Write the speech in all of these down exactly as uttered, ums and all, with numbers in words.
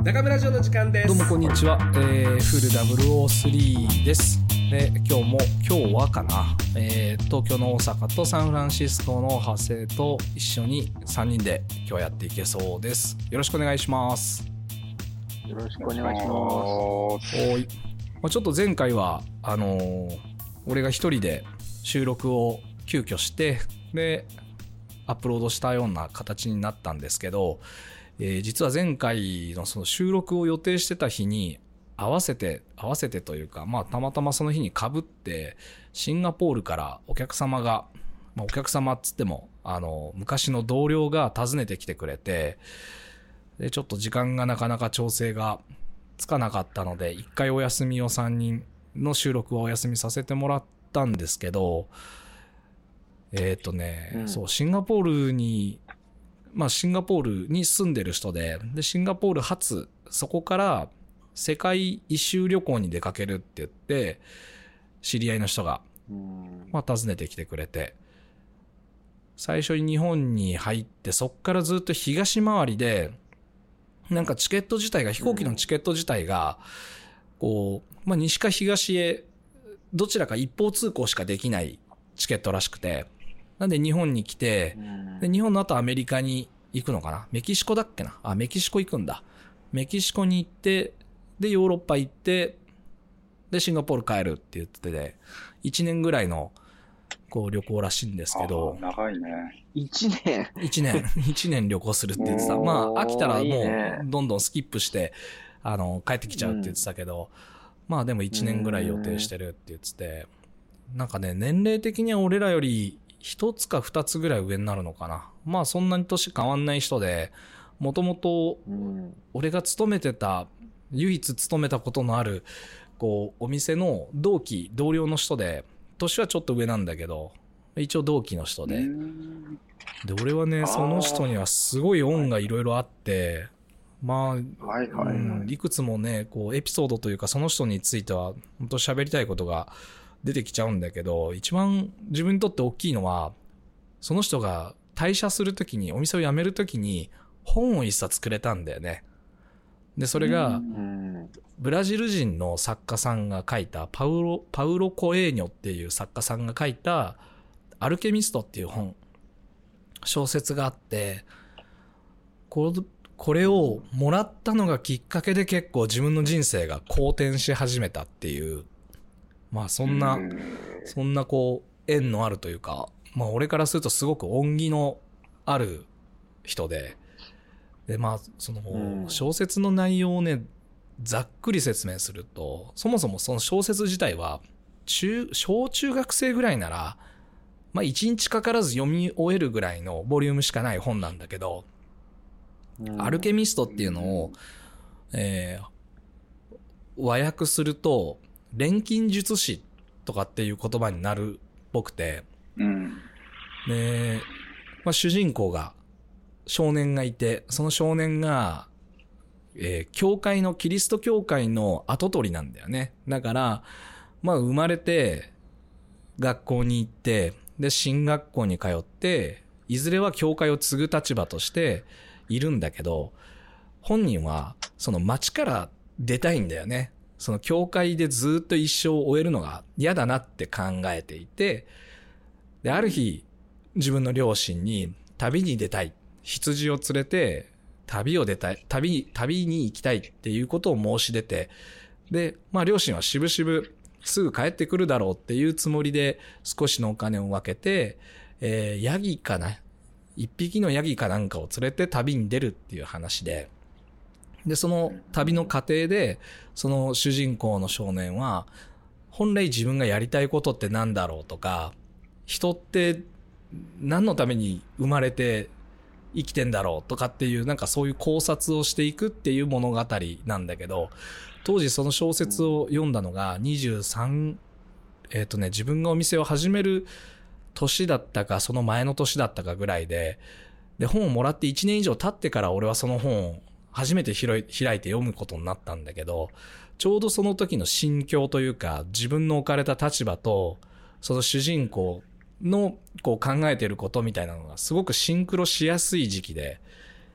中村城の時間です。 どうもこんにちは、えー、フル ダブルオースリー です。で今日も今日はかな、えー、東京の大阪とサンフランシスコの派生と一緒にさんにんで今日やっていけそうです。よろしくお願いします。 よろしくお願いします。 おい、まあ、ちょっと前回はあのー、俺が一人で収録を急遽してでアップロードしたような形になったんですけど、えー、実は前回のその収録を予定してた日に合わせて合わせてというか、まあたまたまその日に被ってシンガポールからお客様が、まあ、お客様っつってもあの昔の同僚が訪ねてきてくれて、でちょっと時間がなかなか調整がつかなかったので一回お休みをさんにんの収録をお休みさせてもらったんですけど、えっとね、うん、そうシンガポールにまあシンガポールに住んでる人で、でシンガポール初そこから世界一周旅行に出かけるって言って知り合いの人がまあ訪ねてきてくれて、最初に日本に入ってそっからずっと東回りでなんかチケット自体が飛行機のチケット自体がこうまあ西か東へどちらか一方通行しかできないチケットらしくて、なんで日本に来て、で日本の後アメリカに行くのかな、メキシコだっけな、あメキシコ行くんだ、メキシコに行ってでヨーロッパ行ってでシンガポール帰るって言ってていちねんぐらいのこう旅行らしいんですけど。 長いね。いちねんいちねんいちねん旅行するって言ってた。まあ飽きたらもうどんどんスキップしてあの帰ってきちゃうって言ってたけど、うん、まあでもいちねんぐらい予定してるって言ってて、なんかね年齢的には俺らより一つか二つぐらい上になるのかな。まあそんなに年変わんない人で、もともと俺が勤めてた唯一勤めたことのあるこうお店の同期同僚の人で、年はちょっと上なんだけど一応同期の人で、で俺はねその人にはすごい恩がいろいろあって、まあ、はいはいはい、うん、いくつもねこうエピソードというかその人については本当喋りたいことが出てきちゃうんだけど、一番自分にとって大きいのはその人が退社するときにお店を辞めるときに本を一冊くれたんだよね。でそれがブラジル人の作家さんが書いたパウロパウロコエーニョっていう作家さんが書いたアルケミストっていう本小説があって、これこれをもらったのがきっかけで結構自分の人生が好転し始めたっていう、まあそんなそんなこう縁のあるというか、まあ俺からするとすごく恩義のある人で、でまあその小説の内容をねざっくり説明すると、そもそもその小説自体は中小中学生ぐらいならまあ一日かからず読み終えるぐらいのボリュームしかない本なんだけど、アルケミストっていうのを、えー、和訳すると錬金術師とかっていう言葉になるっぽくて、うん、で、まあ、主人公が少年がいて、その少年が、えー、教会のキリスト教会の跡取りなんだよね。だからまあ生まれて学校に行ってで進学校に通っていずれは教会を継ぐ立場としているんだけど、本人はその町から出たいんだよね。その教会でずっと一生を終えるのが嫌だなって考えていて、である日自分の両親に旅に出たい、羊を連れて旅を出たい、旅旅に行きたいっていうことを申し出て、でまあ両親はしぶしぶすぐ帰ってくるだろうっていうつもりで少しのお金を分けて、えー、ヤギかな一匹のヤギかなんかを連れて旅に出るっていう話で、でその旅の過程でその主人公の少年は本来自分がやりたいことってなんだろうとか、人って何のために生まれて生きてんだろうとかっていうなんかそういう考察をしていくっていう物語なんだけど、当時その小説を読んだのがにじゅうさんえっとね自分がお店を始める年だったかその前の年だったかぐらいで、で本をもらっていちねん以上経ってから俺はその本を初めて開いて読むことになったんだけど、ちょうどその時の心境というか自分の置かれた立場とその主人公のこう考えていることみたいなのがすごくシンクロしやすい時期で、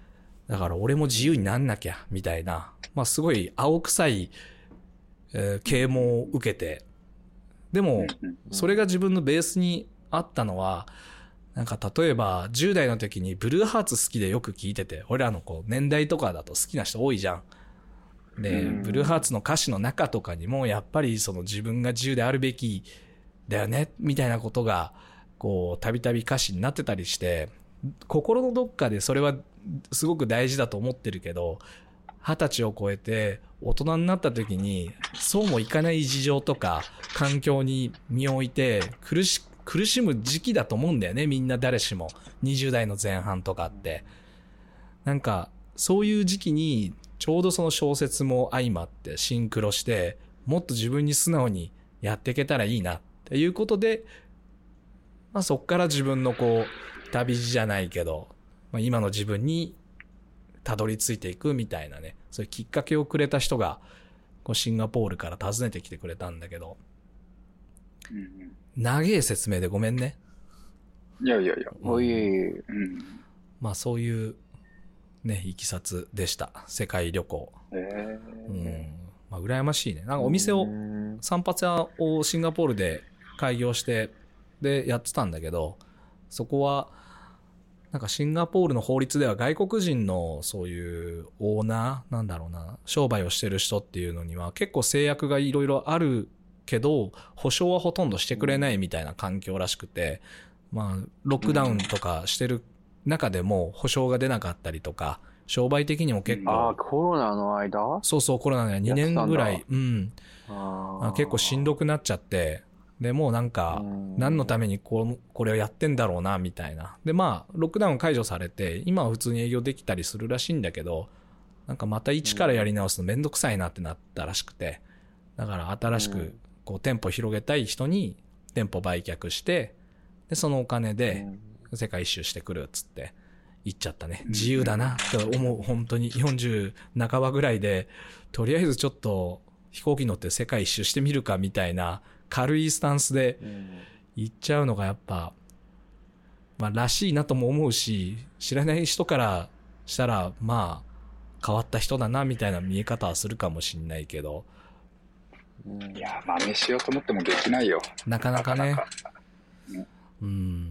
だから俺も自由になんなきゃ、みたいな。まあすごい青臭い、えー、啓蒙を受けて。でも、それが自分のベースにあったのは、なんか例えばじゅう代の時にブルーハーツ好きでよく聞いてて、俺らのこう年代とかだと好きな人多いじゃん。で、ブルーハーツの歌詞の中とかにもやっぱりその自分が自由であるべきだよね、みたいなことが、こう、たびたび歌詞になってたりして、心のどっかでそれはすごく大事だと思ってるけど、二十歳を超えて大人になった時にそうもいかない事情とか環境に身を置いて苦し苦しむ時期だと思うんだよね。みんな誰しもにじゅう代の前半とかってなんかそういう時期にちょうどその小説も相まってシンクロして、もっと自分に素直にやっていけたらいいなっていうことで、まあそっから自分のこう旅路じゃないけど、まあ、今の自分にたどり着いていくみたいなね、そういうきっかけをくれた人がこうシンガポールから訪ねてきてくれたんだけど、うん、長い説明でごめんね。 いやいやいや、おいえいえ、うん、 まあそういうねいきさつでした。世界旅行。へー、うん、まあ羨ましいね。なんかお店を散髪屋をシンガポールで開業してでやってたんだけど、そこはなんかシンガポールの法律では外国人のそういうオーナーなんだろうな、商売をしてる人っていうのには結構制約がいろいろあるけど保証はほとんどしてくれないみたいな環境らしくて、まあロックダウンとかしてる中でも保証が出なかったりとか、商売的にも結構、 ああコロナの間、 そうそうコロナの間にねんぐらい、うん、あ結構しんどくなっちゃって、でもうなんか何のためにここれをやってんだろうなみたいな。でまあロックダウン解除されて今は普通に営業できたりするらしいんだけど、なんかまた一からやり直すのめんどくさいなってなったらしくて、だから新しくこう店舗広げたい人に店舗売却して、でそのお金で世界一周してくるっつって行っちゃったね。自由だなって思う。本当によんじゅう半ばぐらいでとりあえずちょっと飛行機乗って世界一周してみるかみたいな軽いスタンスで行っちゃうのがやっぱ、まあらしいなとも思うし、知らない人からしたらまあ変わった人だなみたいな見え方はするかもしんないけど、 いや真似しようと思ってもできないよ。 なかなかね。うん。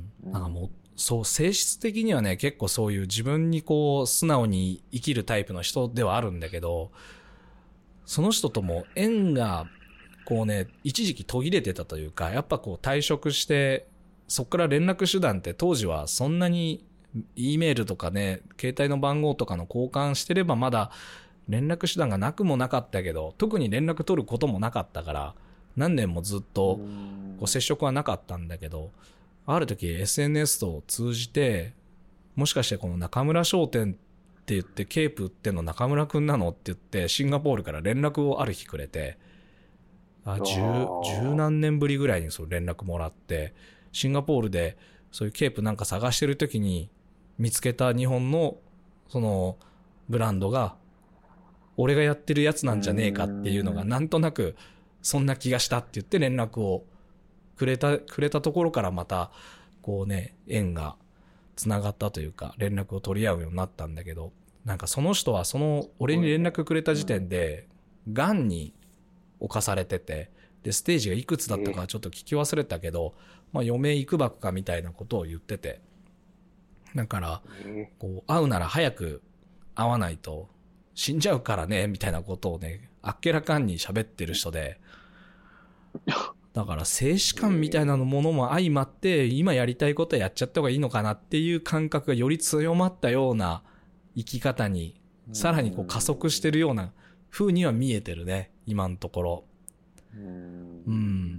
なんかもうそう性質的にはね結構そういう自分にこう素直に生きるタイプの人ではあるんだけど、その人とも縁がこうね一時期途切れてたというか、やっぱこう退職してそっから連絡手段って当時はそんなに E メールとかね携帯の番号とかの交換してればまだ連絡手段がなくもなかったけど、特に連絡取ることもなかったから何年もずっとこう接触はなかったんだけど、ある時 エスエヌエス を通じて、もしかしてこの中村商店って言ってケープ売ってんの中村くんなのって言ってシンガポールから連絡をある日くれて、あ十十何年ぶりぐらいにそう連絡もらって、シンガポールでそういうケープなんか探してる時に見つけた日本のそのブランドが俺がやってるやつなんじゃねえかっていうのがなんとなくそんな気がしたって言って連絡をくれたくれたところからまたこうね縁がつながったというか連絡を取り合うようになったんだけど、なんかその人はその俺に連絡くれた時点でがんに侵されてて、でステージがいくつだったかちょっと聞き忘れたけど、まあ余命いくばくかみたいなことを言ってて、だからこう会うなら早く会わないと死んじゃうからねみたいなことをねあっけらかんに喋ってる人で、だから生死観みたいなのものも相まって今やりたいことやっちゃった方がいいのかなっていう感覚がより強まったような生き方にさらにこう加速してるような風には見えてるね今のところ。うん、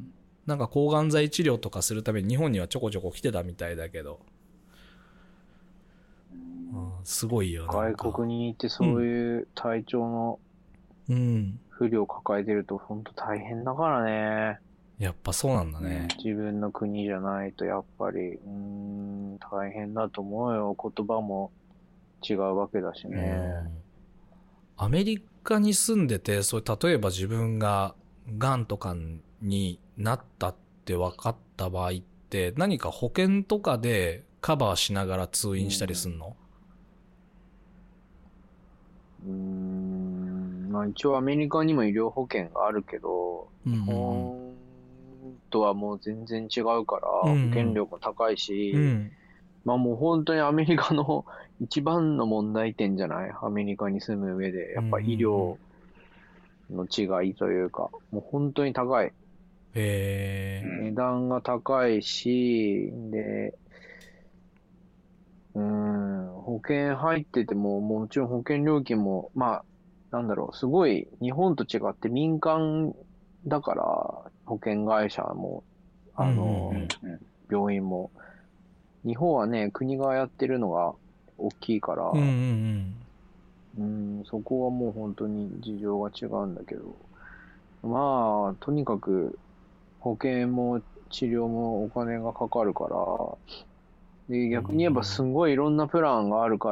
なんか抗がん剤治療とかするために日本にはちょこちょこ来てたみたいだけど、うん、すごいよな。 外国にいてそういう体調の不良を抱えてると本当大変だからね。 やっぱそうなんだね、 うん、自分の国じゃないとやっぱりうーん大変だと思うよ。言葉も違うわけだしね。 アメリカに住んでて、そういう例えば自分ががんとかになったって分かった場合って何か保険とかでカバーしながら通院したりすんの？ うーん、まあ一応アメリカにも医療保険があるけど、 うんうんうん日本とはもう全然違うから、 うんうん保険料も高いし、 うんまあもう本当にアメリカの一番の問題点じゃない？アメリカに住む上で、やっぱ医療の違いというか、もう本当に高い。 へえ。 値段が高いし、で、うーん、保険入ってても、もちろん保険料金も、まあ、なんだろう、すごい日本と違って民間だから、保険会社も、あの、 うんうん病院も。日本はね、国がやってるのが大きいから、 うんうんうん、そこはもう本当に事情が違うんだけど、まあ、とにかく保険も治療もお金がかかるから、で、逆に言えばすんごいいろんなプランがあるから、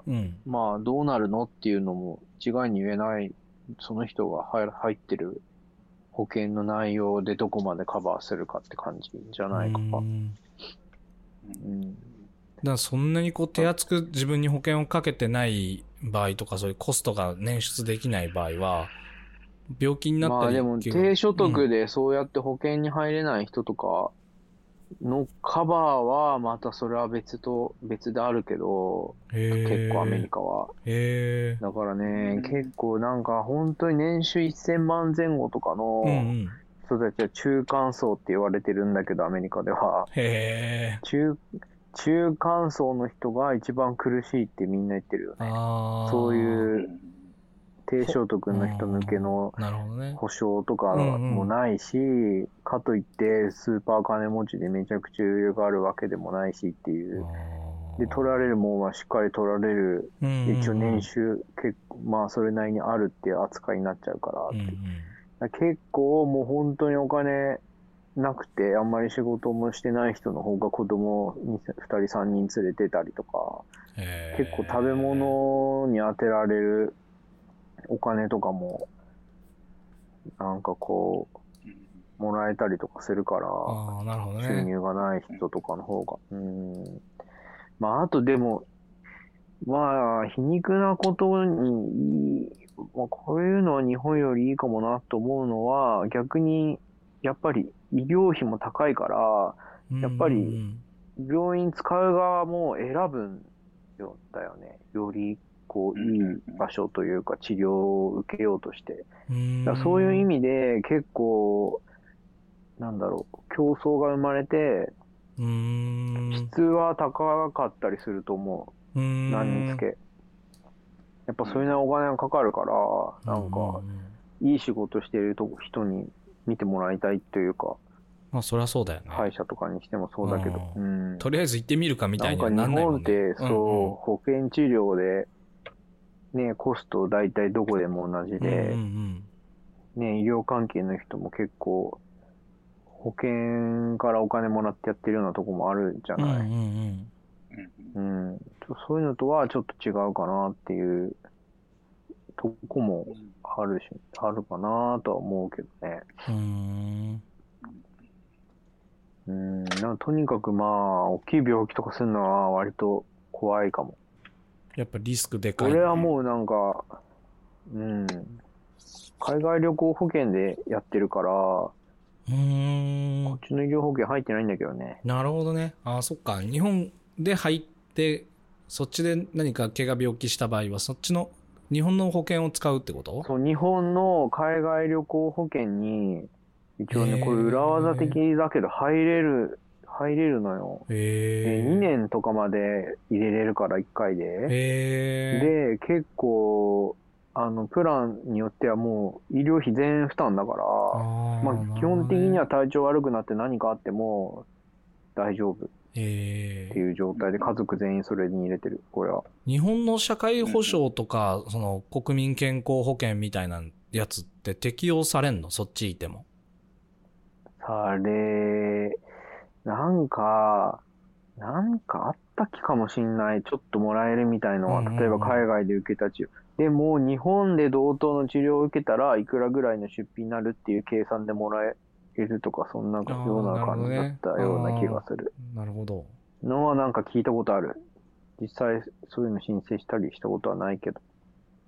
うんうんまあ、どうなるのっていうのも一概に言えない、その人が入入ってる保険の内容でどこまでカバーするかって感じじゃうないか。 ん。 うん。 だからそんなにこう手厚く自分に保険をかけてない場合とか、そういうコストが捻出できない場合は、病気になったり。 まあでも、低所得でそうやって保険に入れない人とかのカバーはまたそれは別と、別であるけど、結構アメリカは。 へだからね、結構なんか本当に年収せんまん前後とかの人たちは中間層って言われてるんだけど、アメリカでは。 へー。 中、中間層の人が一番苦しいってみんな言ってるよね。そういう低所得の人向けの保証とかもないし、かといってスーパー金持ちでめちゃくちゃ余裕があるわけでもないしっていう。で、取られるもんはしっかり取られる。一応年収結構、まあそれなりにあるっていう扱いになっちゃうからって。結構もう本当にお金なくて、あんまり仕事もしてない人の方が子供ふたりさんにん連れてたりとか、結構食べ物に当てられるお金とかも、なんかこう、もらえたりとかするから、 あ、なるほどね、 収入がない人とかの方が。うん。まあ、あとでも、まあ、皮肉なことに、まあ、こういうのは日本よりいいかもなと思うのは、逆に、やっぱり医療費も高いから、やっぱり病院使う側も選ぶんだよね。よりこういい場所というか治療を受けようとして。だそういう意味で結構、なんだろう、競争が生まれて、質は高かったりすると思う。何につけ。やっぱそういうのお金がかかるから、なんか、いい仕事してる人に見てもらいたいというか。 まあそりゃそうだよね。 歯医者とかにしてもそうだけど。うん、 とりあえず行ってみるかみたいにはなんないもんね。 なんか日本って、そう、うんうん、保険治療で、ね、コスト大体どこでも同じで、うんうんうん、ね、医療関係の人も結構、保険からお金もらってやってるようなとこもあるじゃない。うんうんうん、うん、そういうのとはちょっと違うかなっていうとこもあるし、あるかなとは思うけどね。うーん。うん、なんとにかくまあ、大きい病気とかするのは割と怖いかも。 やっぱリスクでかい、ね。 俺はもうなんか、うん、海外旅行保険でやってるから、うーん、こっちの医療保険入ってないんだけどね。 なるほどね。ああ、そっか。日本で入って、そっちで何か怪我病気した場合は、そっちの日本の保険を使うってこと？ そう、日本の海外旅行保険に、一応ね、これ裏技的だけど入れる、入れるのよ。へー。にねんとかまで入れれるからいっかいで。へー。で、結構、あの、プランによってはもう医療費全負担だから、あまあ基本的には体調悪くなって何かあっても大丈夫っていう状態で家族全員それに入れてる、これは。 日本の社会保障とか、その国民健康保険みたいなやつって適用されんの？そっちいても。 され、なんか、なんかあった気かもしんない。ちょっともらえるみたいのは、例えば海外で受けた治療。でも、日本で同等の治療を受けたらいくらぐらいの出費になるっていう計算でもらえるとか、そんなような感じだったような気がする。 なるほど。 のはなんか聞いたことある。実際そういうの申請したりしたことはないけど。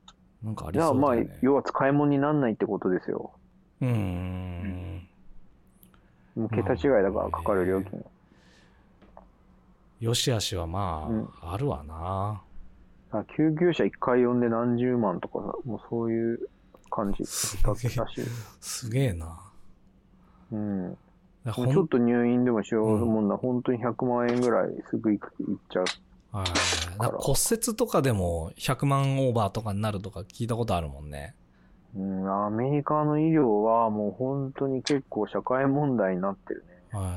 なんかありじゃあまあそうだよね。 要は使い物にならないってことですよ。 うーん。 もう桁違いだからかかる料金。 よしあしはまあ、 うんあるわな。 あ、救急車一回呼んで何十万とかさ、もうそういう感じだったらしい。 すげえな。 うん。 ほんちょっと入院でもしようと思うんだ、うん、本当にひゃくまんえんぐらいすぐ行く行っちゃう。 はい。骨折とかでもひゃくまんオーバーとかになるとか聞いたことあるもんね。 うん、アメリカの医療はもう本当に結構社会問題になってるね。 はい。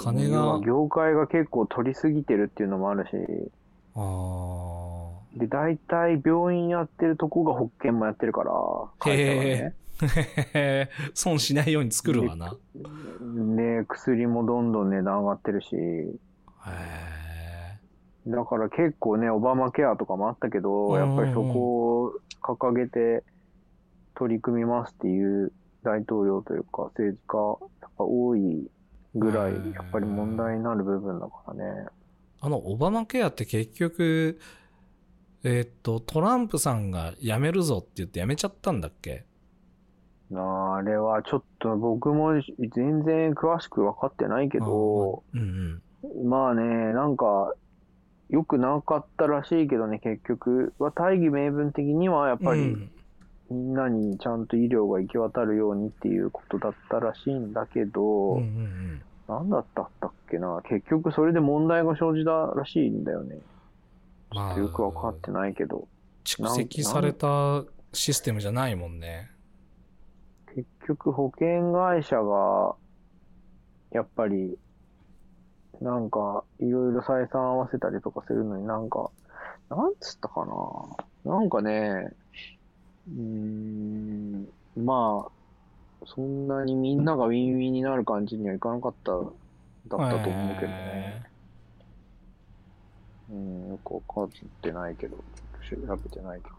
金が。 業界が結構取りすぎてるっていうのもあるし。 ああ。 で、大体病院やってるとこが保険もやってるから、会社がね。 へー損しないように作るわな。 で、で薬もどんどん値段上がってるし。 へだから結構ね、オバマケアとかもあったけど、やっぱりそこを掲げて取り組みますっていう大統領というか政治家が多いぐらい、やっぱり問題になる部分だからね。 あの、オバマケアって結局、えー、っと、トランプさんが辞めるぞって言って辞めちゃったんだっけ？ あれはちょっと僕も全然詳しく分かってないけど、 うんうん、 まあね、なんか、良くなかったらしいけどね、結局は大義名分的にはやっぱり、みんなにちゃんと医療が行き渡るようにっていうことだったらしいんだけど、 うんうんうん、 なんだったったっけな、結局それで問題が生じたらしいんだよね。ちょっとよく分かってないけど。 蓄積されたシステムじゃないもんね。 結局保険会社が、やっぱり、なんか、いろいろ採算合わせたりとかするのになんか、なんつったかな。なんかね、うーん、まあ、そんなにみんながウィンウィンになる感じにはいかなかった、だったと思うけどね。うん、よくわかってないけど、調べてないけど。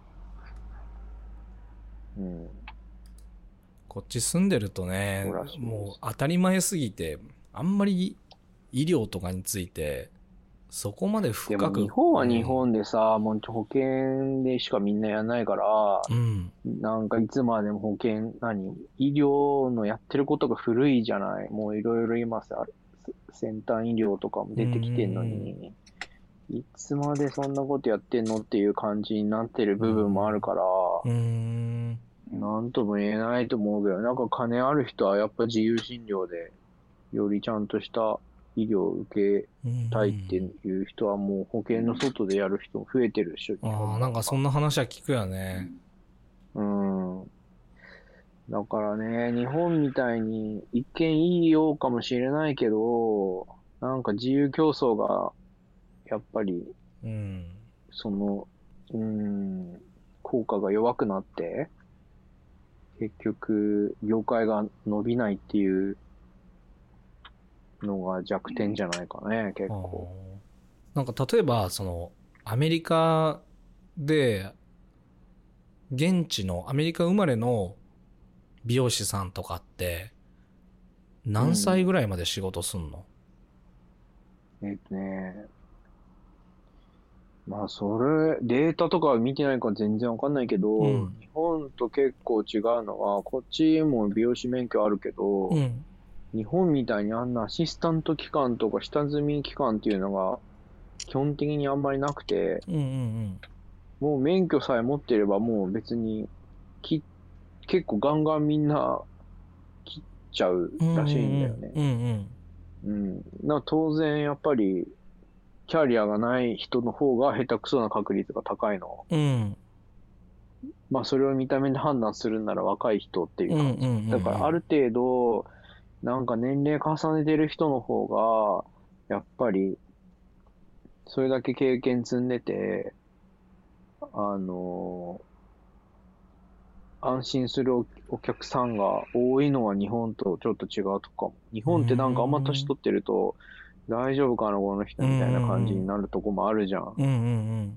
うん。 こっち住んでるとね、もう当たり前すぎて、あんまり医療とかについて、そこまで深く。 でも日本は日本でさ、うん、もう保険でしかみんなやらないから、 うん、 なんかいつまでも保険、何医療のやってることが古いじゃない。もういろいろ今さ、先端医療とかも出てきてんのに、いつまでそんなことやってんのっていう感じになってる部分もあるから、 うーん、 なんとも言えないと思うけど、なんか金ある人はやっぱ自由診療で、よりちゃんとした医療を受けたいっていう人はもう保険の外でやる人も増えてるでしょ。 ああ、なんかそんな話は聞くよね。 うん。だからね、日本みたいに一見いいようかもしれないけど、なんか自由競争が、やっぱり、 うん、 その、うん、効果が弱くなって、結局、業界が伸びないっていうのが弱点じゃないかね、結構。 なんか例えば、その、アメリカで、現地のアメリカ生まれの美容師さんとかって、何歳ぐらいまで仕事すんの？ うん、えっとね、まあそれ、データとかは見てないから全然わかんないけど、うん、日本と結構違うのは、こっちも美容師免許あるけど、うん、日本みたいにあんなアシスタント期間とか下積み期間っていうのが基本的にあんまりなくて、 うんうんうん、 もう免許さえ持ってればもう別にき結構ガンガンみんな切っちゃうらしいんだよね。うんうんうん、な当然やっぱりキャリアがない人の方が下手くそな確率が高いの。うん、まあそれを見た目で判断するなら若い人っていう感じ。うんうんうんうん、だからある程度なんか年齢重ねてる人の方がやっぱりそれだけ経験積んでて、あのー、安心する お, お客さんが多いのは日本とちょっと違うとかも。日本ってなんかあんま年取ってると大丈夫かなこの人みたいな感じになるとこもあるじゃん。うんうんうん、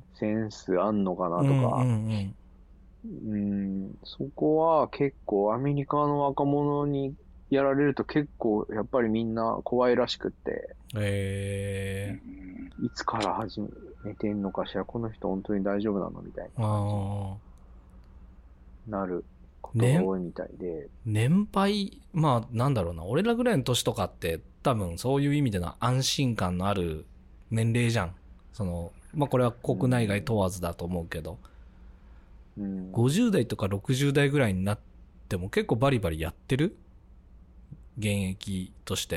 センスあんのかなとか、うんうんうん、うんそこは結構アメリカの若者にやられると結構やっぱりみんな怖いらしくって。 へいつから始めてんのかしら、この人本当に大丈夫なのみたいな感じになることが多いみたいで。 年配、まあなんだろうな、俺らぐらいの年とかって多分そういう意味での安心感のある年齢じゃん。その、まあこれは国内外問わずだと思うけど、 うん、 ごじゅう代とかろくじゅう代ぐらいになっても結構バリバリやってる？現役として。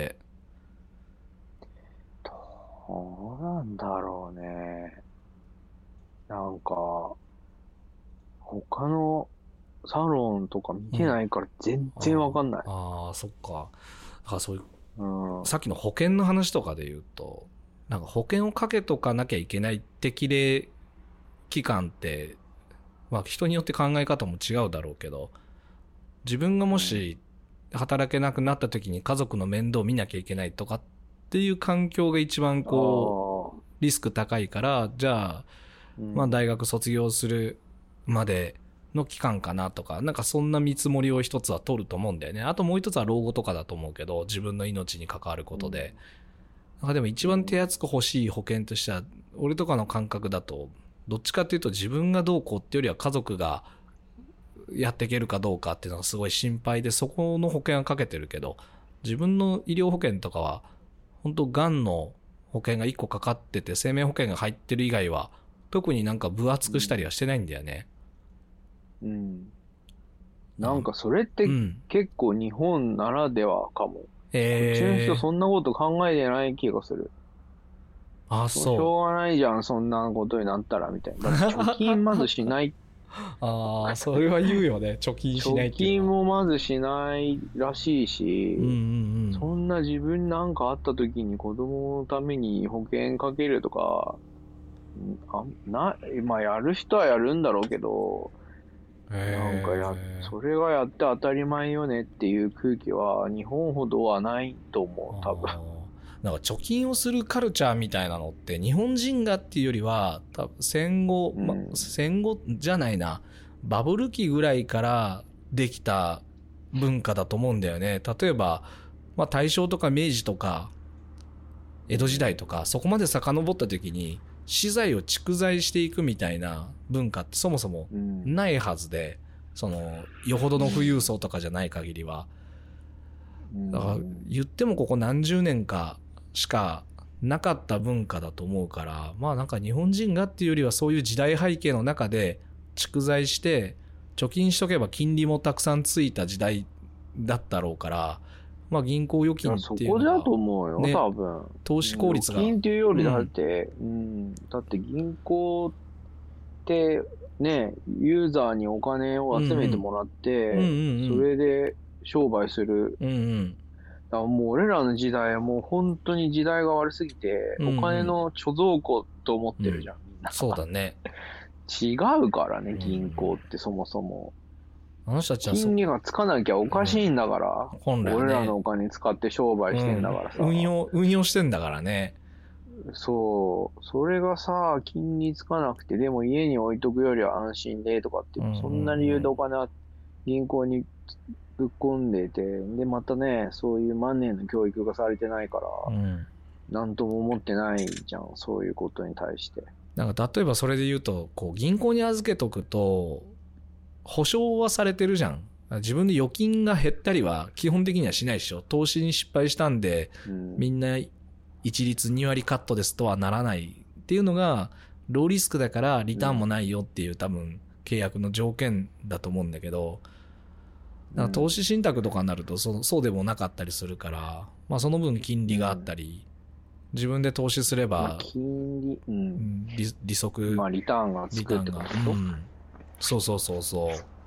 どうなんだろうね。なんか、他のサロンとか見てないから全然わかんない。 うん、ああ、そっか。だからそういう、 うん、 さっきの保険の話とかで言うと、なんか保険をかけとかなきゃいけない適齢期間って、まあ人によって考え方も違うだろうけど、自分がもし働けなくなった時に家族の面倒を見なきゃいけないとかっていう環境が一番こう、リスク高いから、じゃあ、まあ大学卒業するまでの期間かなとか、なんかそんな見積もりを一つは取ると思うんだよね。あともう一つは老後とかだと思うけど、自分の命に関わることで。なんかでも一番手厚く欲しい保険としては、俺とかの感覚だと、どっちかっていうと自分がどうこうっていうよりは家族がやっていけるかどうかっていうのがすごい心配で、そこの保険はかけてるけど、自分の医療保険とかは、本当がんの保険がいっこかかってて、生命保険が入ってる以外は、特になんか分厚くしたりはしてないんだよね。 うん。うん、なんかそれって結構日本ならではかも。えー、こっちの人そんなこと考えてない気がする。 あ、そう。 しょうがないじゃん、そんなことになったら、みたいな。だって貯金まずしない。 ああ、それは言うよね。貯金しないっていう。 貯金もまずしないらしいし、 うんうんうん、 そんな自分なんかあった時に子供のために保険かけるとか、あな、まあやる人はやるんだろうけど、なんかや、それがやって当たり前よねっていう空気は日本ほどはないと思う、多分。 なんか貯金をするカルチャーみたいなのって日本人がっていうよりは多分戦後、うんま、戦後じゃないな、バブル期ぐらいからできた文化だと思うんだよね。例えば、まあ、大正とか明治とか江戸時代とかそこまで遡った時に資材を蓄財していくみたいな文化ってそもそもないはずで、うん、そのよほどの富裕層とかじゃない限りは、だから言ってもここ何十年かしかなかった文化だと思うから、まあなんか日本人がっていうよりはそういう時代背景の中で蓄財して貯金しとけば金利もたくさんついた時代だったろうから、まあ銀行預金っていうのは、ね、 そこだと思うよ、多分。 投資効率が。 預金っていうよりだって、うん、うん、だって銀行ってね、ユーザーにお金を集めてもらって、それで商売する。 うんうんだからもう俺らの時代はもう本当に時代が悪すぎて、うんうん、お金の貯蔵庫と思ってるじゃん、うん、みんな。 そうだね。 違うからね、銀行ってそもそも。 あの人たちは金利がつかなきゃおかしいんだから。うん、本来ね。俺らのお金使って商売してんだからさ。 うん、運用、運用してんだからね。 そう。それがさ、金利つかなくて、でも家に置いとくよりは安心でとかって、うんうんうん、そんな理由でお金は銀行にぶっ込んでて、で、またね、そういう万年の教育がされてないから、うん、なんとも思ってないじゃん、そういうことに対して。 なんか例えばそれで言うと、こう銀行に預けとくと、保証はされてるじゃん。自分で預金が減ったりは基本的にはしないでしょ。投資に失敗したんで、うん、みんな一律に割カットですとはならないっていうのが、ローリスクだからリターンもないよっていう多分契約の条件だと思うんだけど、だから投資信託とかになると そ, そうでもなかったりするから、まあその分金利があったり、自分で投資すれば、まあ、 金利、うん、 利, 利息、 まあリターンがつくってことでしょ、うん、 そうそうそうそう。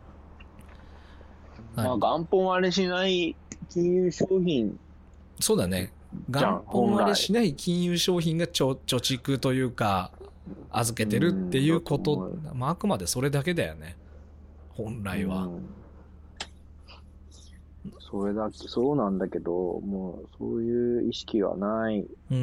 まあ元本割れしない金融商品。 そうだね。元本割れしない金融商品が貯蓄というか、預けてるっていうこと、まああくまでそれだけだよね。本来は。うんそれだけ、そうなんだけど、もうそういう意識がない。 うん。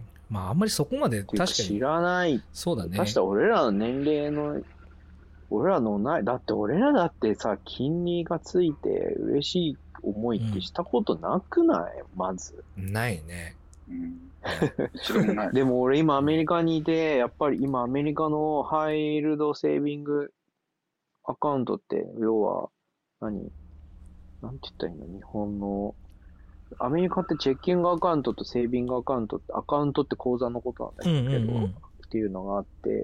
まああんまりそこまで確かに。 知らない。 そうだね。 確か俺らの年齢の、俺らのない、だって俺らだってさ、金利がついて嬉しい思いってしたことなくない、うん、まず。 ないね。 うん、 一度もない。 でも俺今アメリカにいて、やっぱり今アメリカのハイイールドセービングアカウントって、要は何、なんて言ったらいいの、日本の、アメリカってチェッキングアカウントとセービングアカウントって、アカウントって口座のことなんだけど、 うんうんうん、 っていうのがあって、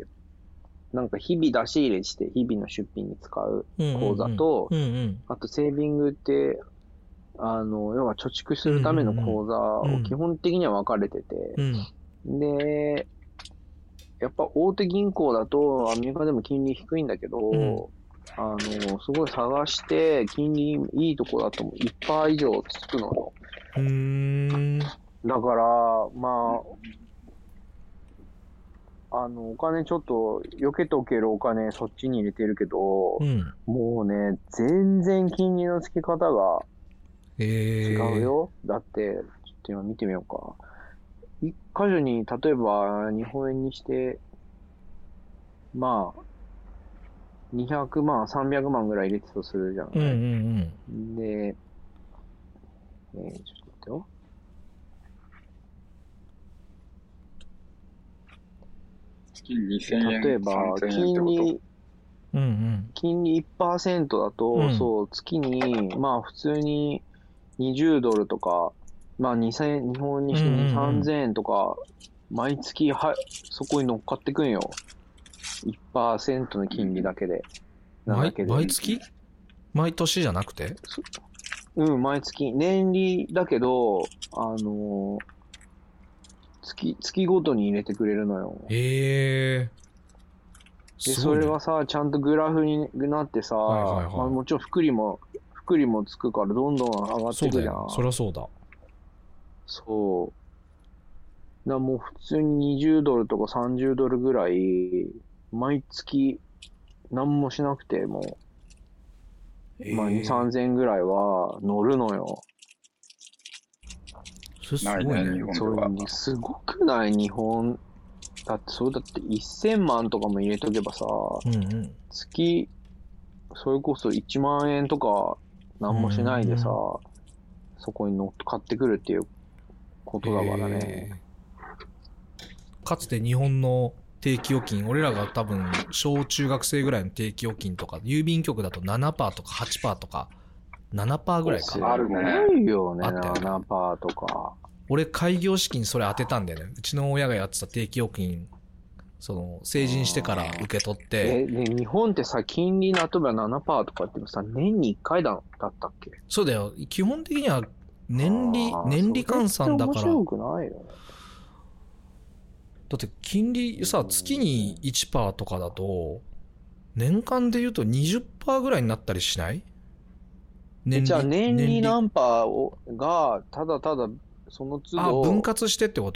なんか日々出し入れして日々の出費に使う口座と、 うんうん、 あとセービングって、あの、要は貯蓄するための口座を基本的には分かれてて、 うんうん、 で、やっぱ大手銀行だとアメリカでも金利低いんだけど、うん、あの、すごい探して、金利いいとこだと いちパーセント 以上つくのよ。 うーん。 だから、まあ、あの、お金ちょっと、避けとけるお金そっちに入れてるけど、うん、もうね、全然金利の付き方が違うよ。えー、だって、ちょっと今見てみようか。一箇所に、例えば、日本円にして、まあ、にひゃくまん、さんびゃくまんぐらい入れてたとするじゃない。うんうんうん、で、えー、ちょっと待ってよ。 月にせんえん。 例えば、金利、うんうん、金利 いちパーセント だと、うん、そう、月に、まあ普通ににじゅうドルとか、まあにせんえん、日本にしてさんぜんえんとか、毎月は、そこに乗っかってくんよ。いちパーセント の金利だけで。 毎, 毎月毎年じゃなくて？ うん、毎月。年利だけど、あのー、月、月ごとに入れてくれるのよ。 へー。で、それがさ、ちゃんとグラフになってさ、はいはいはい、まあ、もちろん複利も、複利もつくからどんどん上がってくじゃん。 そりゃそうだ。 そう。だからもう普通ににじゅうドルとかさんじゅうドルぐらい、毎月、何もしなくても、まあに、さんぜんえんぐらいは乗るのよ。 それすごいね、 日本では。 すごくない日本。だって、それだってせんまんとかも入れとけばさ、うんうん、月、それこそいちまんえんとか何もしないでさ、うんうん、そこに乗っかってくるっていうことだからね。 かつて日本の定期預金、俺らが多分小中学生ぐらいの定期預金とか、郵便局だと ななパーセント とか はちパーセント とか、ななパーセント ぐらいか。 あるね。すごいよね、ななパーセント とか。 俺開業資金それ当てたんだよね。うちの親がやってた定期預金、その成人してから受け取って。 え、ね、日本ってさ、金利の例えば ななパーセント とかってもさ、年にいっかいだったっけ？ そうだよ。基本的には年利、年利換算だから。 面白くないよね。 だって金利さ、月に いちパーセント とかだと、年間で言うと にじゅっパーセント ぐらいになったりしない？ 年利じゃあ年利何パーをが、ただただその都度。 あ、分割してってこと？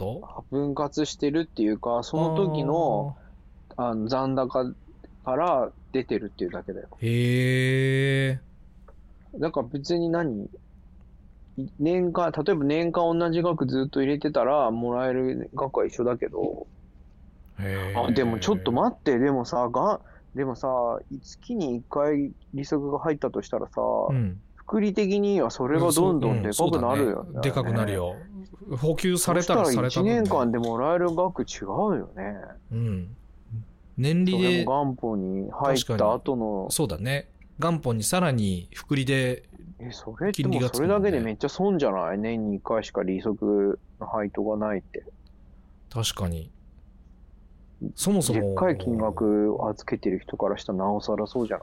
分割してるっていうか、その時の、あの残高から出てるっていうだけだよ。 へー。 だから別に何年間、例えば年間同じ額ずっと入れてたら、もらえる額は一緒だけど。 へー。 あ、でもちょっと待って、でもさ、が、でもさ、月にいっかい利息が入ったとしたらさ、うん、複利的にはそれがどんどんでかくなるよね。 うんね、でかくなるよ。補給されたらされたらいちねんかんでもらえる額違うよね。 うん。年利で。 元本に入った後の。 そうだね。元本にさらに複利で。 え、それってもうそれだけでめっちゃ損じゃない？年にいっかいしか利息の配当がないって。 確かに。そもそも。 でっかい金額を預けてる人からしたらなおさらそうじゃない？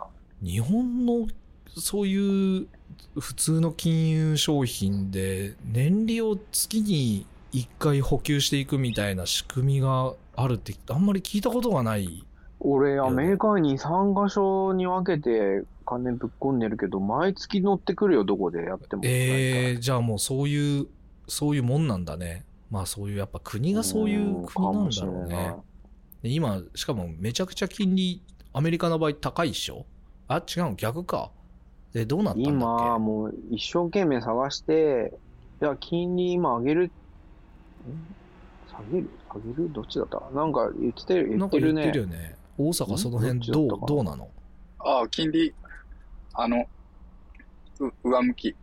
日本のそういう普通の金融商品で年利を月にいっかい補給していくみたいな仕組みがあるってあんまり聞いたことがない。 俺、アメリカにさんかしょに分けて金ぶっ込んでるけど、毎月乗ってくるよ、どこでやっても。 えー、じゃあもうそういう、そういうもんなんだね。まあそういう、やっぱ国がそういう国なんだろうね。で今、しかもめちゃくちゃ金利、アメリカの場合高いっしょ？あ、違う、逆か。で、どうなったんだっけ？ 今、もう一生懸命探して、いや、金利今上げる、下げる下げるどっちだったなんか言ってる、言ってるね。 なんか言ってるよね。大阪その辺どう、どうなの？ ああ、金利、あの、う、上向き。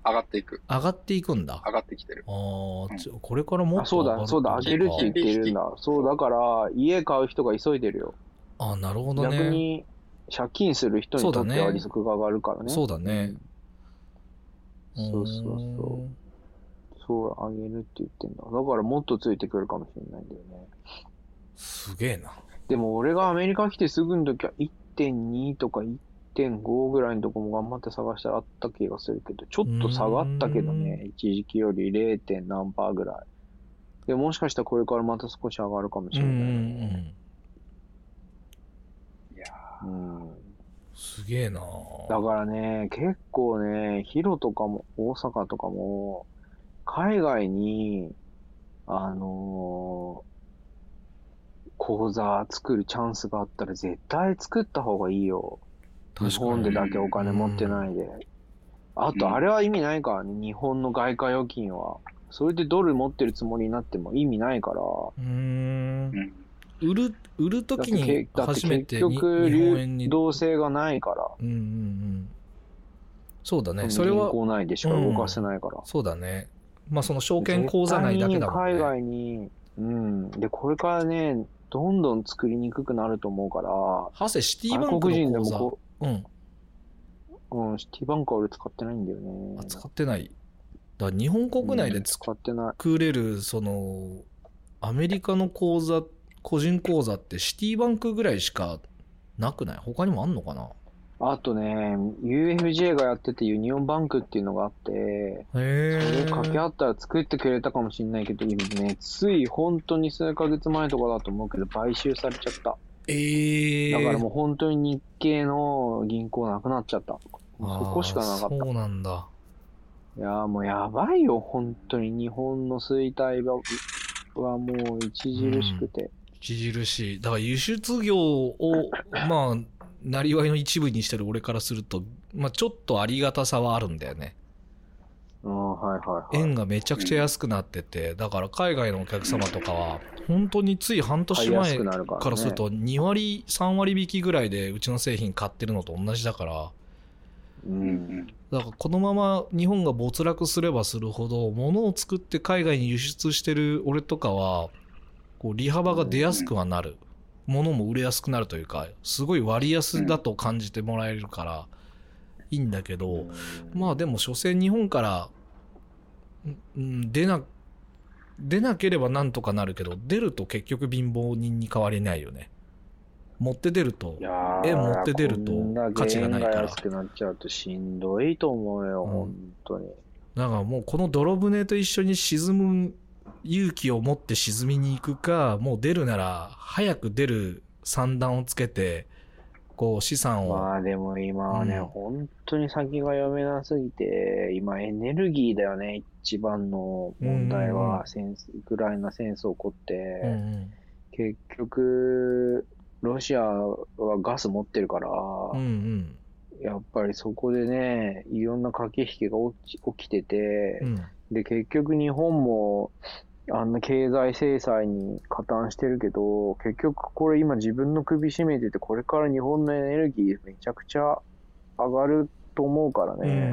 上がっていく。 上がっていくんだ。 上がってきてる。 ああ、 うんちょこれからもっあ、そうだ、 と上がるそうだ、上げるって言ってるんだ。そう、だから、家買う人が急いでるよ。 ああ、なるほどね。 逆に、借金する人にとっては利息が上がるからね。 そうだね。 そうそうそう。そう、上げるって言ってんだ。だからもっとついてくるかもしれないんだよね。 すげえな。 でも俺がアメリカ来てすぐの時は いってんに とか いってんご ぐらいのとこも頑張って探したらあった気がするけど、ちょっと下がったけどね、一時期より ゼロ. 点何パーぐらい。でもしかしたらこれからまた少し上がるかもしれない、ね。 うんうんうん。 いやー、うん。 すげえな。 だからね、結構ね、ヒロとかも大阪とかも、海外に、あのー、口座作るチャンスがあったら絶対作った方がいいよ。日本でだけお金持ってないで。あと、あれは意味ないからね、日本の外貨預金は。それでドル持ってるつもりになっても意味ないから。 うーん。売る、売るときにだって初めて結局、 日本円に。 流動性がないから。 うんうんうん。そうだね。それは。 銀行内でしか動かせないから。 うん、そうだね。まあその証券口座内だけだもんね。 海外に、うん。で、これからね、どんどん作りにくくなると思うから。 ハセシティバンクの口座。うん。 うん、シティバンクは俺使ってないんだよね。 あ、使ってない。だから日本国内で使ってない。 作れる、その、アメリカの口座、個人口座ってシティバンクぐらいしかなくない？他にもあんのかな？ あとね、ユーエフジェー がやっててユニオンバンクっていうのがあって、 へそれ掛け合ったら作ってくれたかもしれないけど、今ね、つい本当に数ヶ月前とかだと思うけど、買収されちゃった。 えー、 だからもう本当に日系の銀行なくなっちゃった。そこしかなかった。 そうなんだ。 いやーもうやばいよ、本当に日本の衰退はもう著しくて。 うん、著しい。だから輸出業を、まあ、なりわいの一部にしてる俺からすると、まあちょっとありがたさはあるんだよね。 ああ、はいはいはい。 円がめちゃくちゃ安くなってて、だから海外のお客様とかは、本当につい半年前からするとに割、さん割引きぐらいでうちの製品買ってるのと同じだから、 うん、 だからこのまま日本が没落すればするほど、物を作って海外に輸出してる俺とかは、こう利幅が出やすくはなる。物も売れやすくなるというか、すごい割安だと感じてもらえるからいいんだけど、まあでも所詮日本から、うん、出な、出なければなんとかなるけど、出ると結局貧乏人に変わりないよね。持って出ると、円持って出ると価値がないから。 安くなっちゃうとしんどいと思うよ、うん、本当に。 だからもうこの泥船と一緒に沈む勇気を持って沈みに行くか、もう出るなら早く出る算段をつけて、こう資産を。 まあでも今はね、うん、本当に先が読めなすぎて、今エネルギーだよね、一番の問題は。うんうん、ウクライナ戦争起こって、うんうん、結局、ロシアはガス持ってるから、うんうん、やっぱりそこでね、いろんな駆け引きが起き、起きてて、うん、で、結局日本も、あんな経済制裁に加担してるけど、結局これ今自分の首絞めてて、これから日本のエネルギーめちゃくちゃ上がると思うからね。うんうんうん、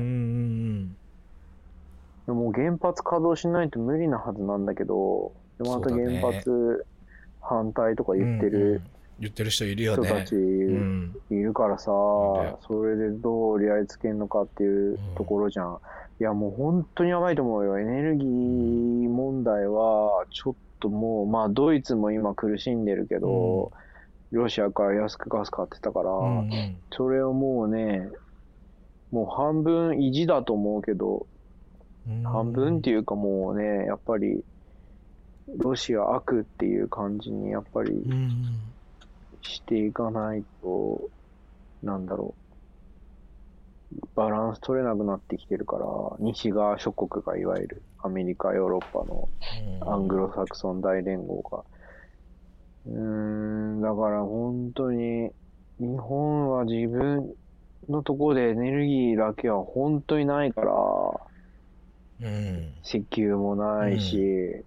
でも原発稼働しないと無理なはずなんだけど、でまた原発反対とか言ってる、 言ってる人いるよね。 人たちいるからさ、うん、それでどう折り合いつけんのかっていうところじゃん。うん、いやもう本当にやばいと思うよ。エネルギー問題はちょっともう、まあドイツも今苦しんでるけど、うん、ロシアから安くガス買ってたから、うんうん、それをもうね、もう半分意地だと思うけど、うん、半分っていうかもうね、やっぱりロシア悪っていう感じにやっぱり、うんしていかないと、なんだろう、バランス取れなくなってきてるから、西側諸国がいわゆるアメリカ、ヨーロッパのアングロサクソン大連合が、うーん、だから本当に日本は自分のところでエネルギーだけは本当にないから、うん、石油もないし、うん、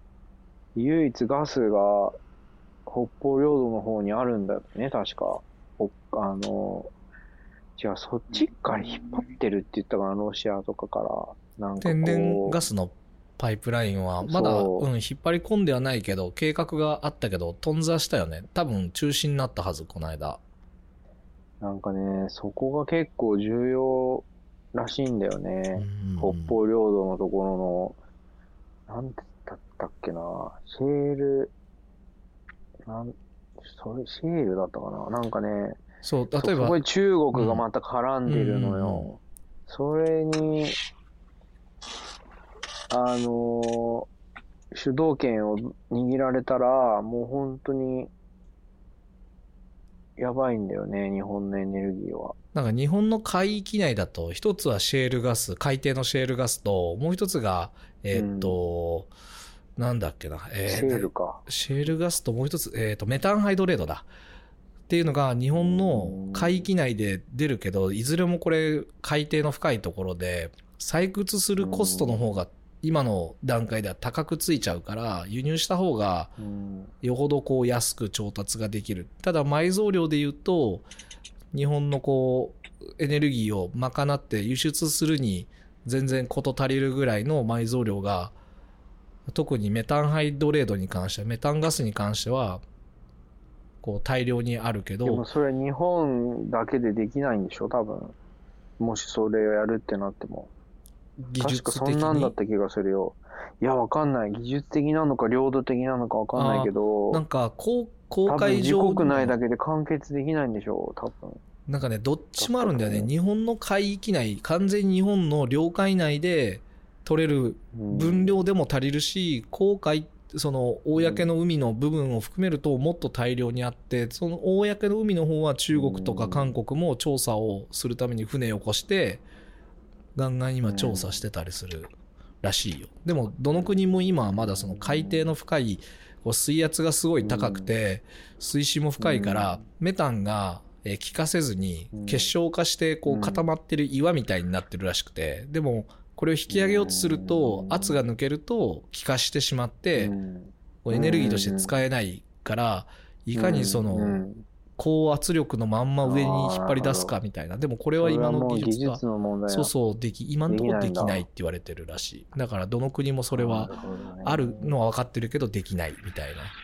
唯一ガスが北方領土の方にあるんだよね、確か。あの、違う、そっちから引っ張ってるって言ったかな、ロシアとかから。 なんかこう天然ガスのパイプラインはまだ、 そう、 うん、引っ張り込んではないけど、計画があったけど、頓挫したよね。多分中止になったはず、この間。 なんかね、そこが結構重要らしいんだよね。北方領土のところの、なんてだったっけな、シェール、なん、それ、シェールだったかな、なんかね、 そう、例えば。 そこに中国がまた絡んでるのよ。うんうんうん、それに、あのー、主導権を握られたら、もう本当に、やばいんだよね、日本のエネルギーは。 なんか日本の海域内だと、一つはシェールガス、海底のシェールガスと、もう一つが、えっ、ー、と、うん、なんだっけな、えー、 シェールか。 シェールガスともう一つ、えっ、ー、と、メタンハイドレートだ。っていうのが日本の海域内で出るけど、いずれもこれ海底の深いところで、採掘するコストの方が今の段階では高くついちゃうから、輸入した方がよほどこう安く調達ができる。ただ埋蔵量で言うと、日本のこうエネルギーを賄って輸出するに全然事足りるぐらいの埋蔵量が、特にメタンハイドレートに関しては、メタンガスに関してはこう大量にあるけど。 でもそれ日本だけでできないんでしょ、多分。もしそれをやるってなっても。技術的に。確かそんなんだった気がするよ。いや、わかんない。技術的なのか領土的なのかわかんないけど。 なんか公、公海上。 自国内だけで完結できないんでしょう、多分。 なんかね、どっちもあるんだよね。日本の海域内、完全に日本の領海内で取れる分量でも足りるし、うん、公海その公の海の部分を含めるともっと大量にあって、その公の海の方は中国とか韓国も調査をするために船を起こしてガンガン今調査してたりするらしいよ。でもどの国も今はまだその海底の深い水圧がすごい高くて水深も深いからメタンが気化せずに結晶化してこう固まってる岩みたいになってるらしくて、でもこれを引き上げようとすると圧が抜けると気化してしまってエネルギーとして使えないから、いかにその高圧力のまんま上に引っ張り出すかみたいな。でもこれは今の技術はそうそうでき今のところできないって言われてるらしい。だからどの国もそれはあるのは分かってるけどできないみたいな。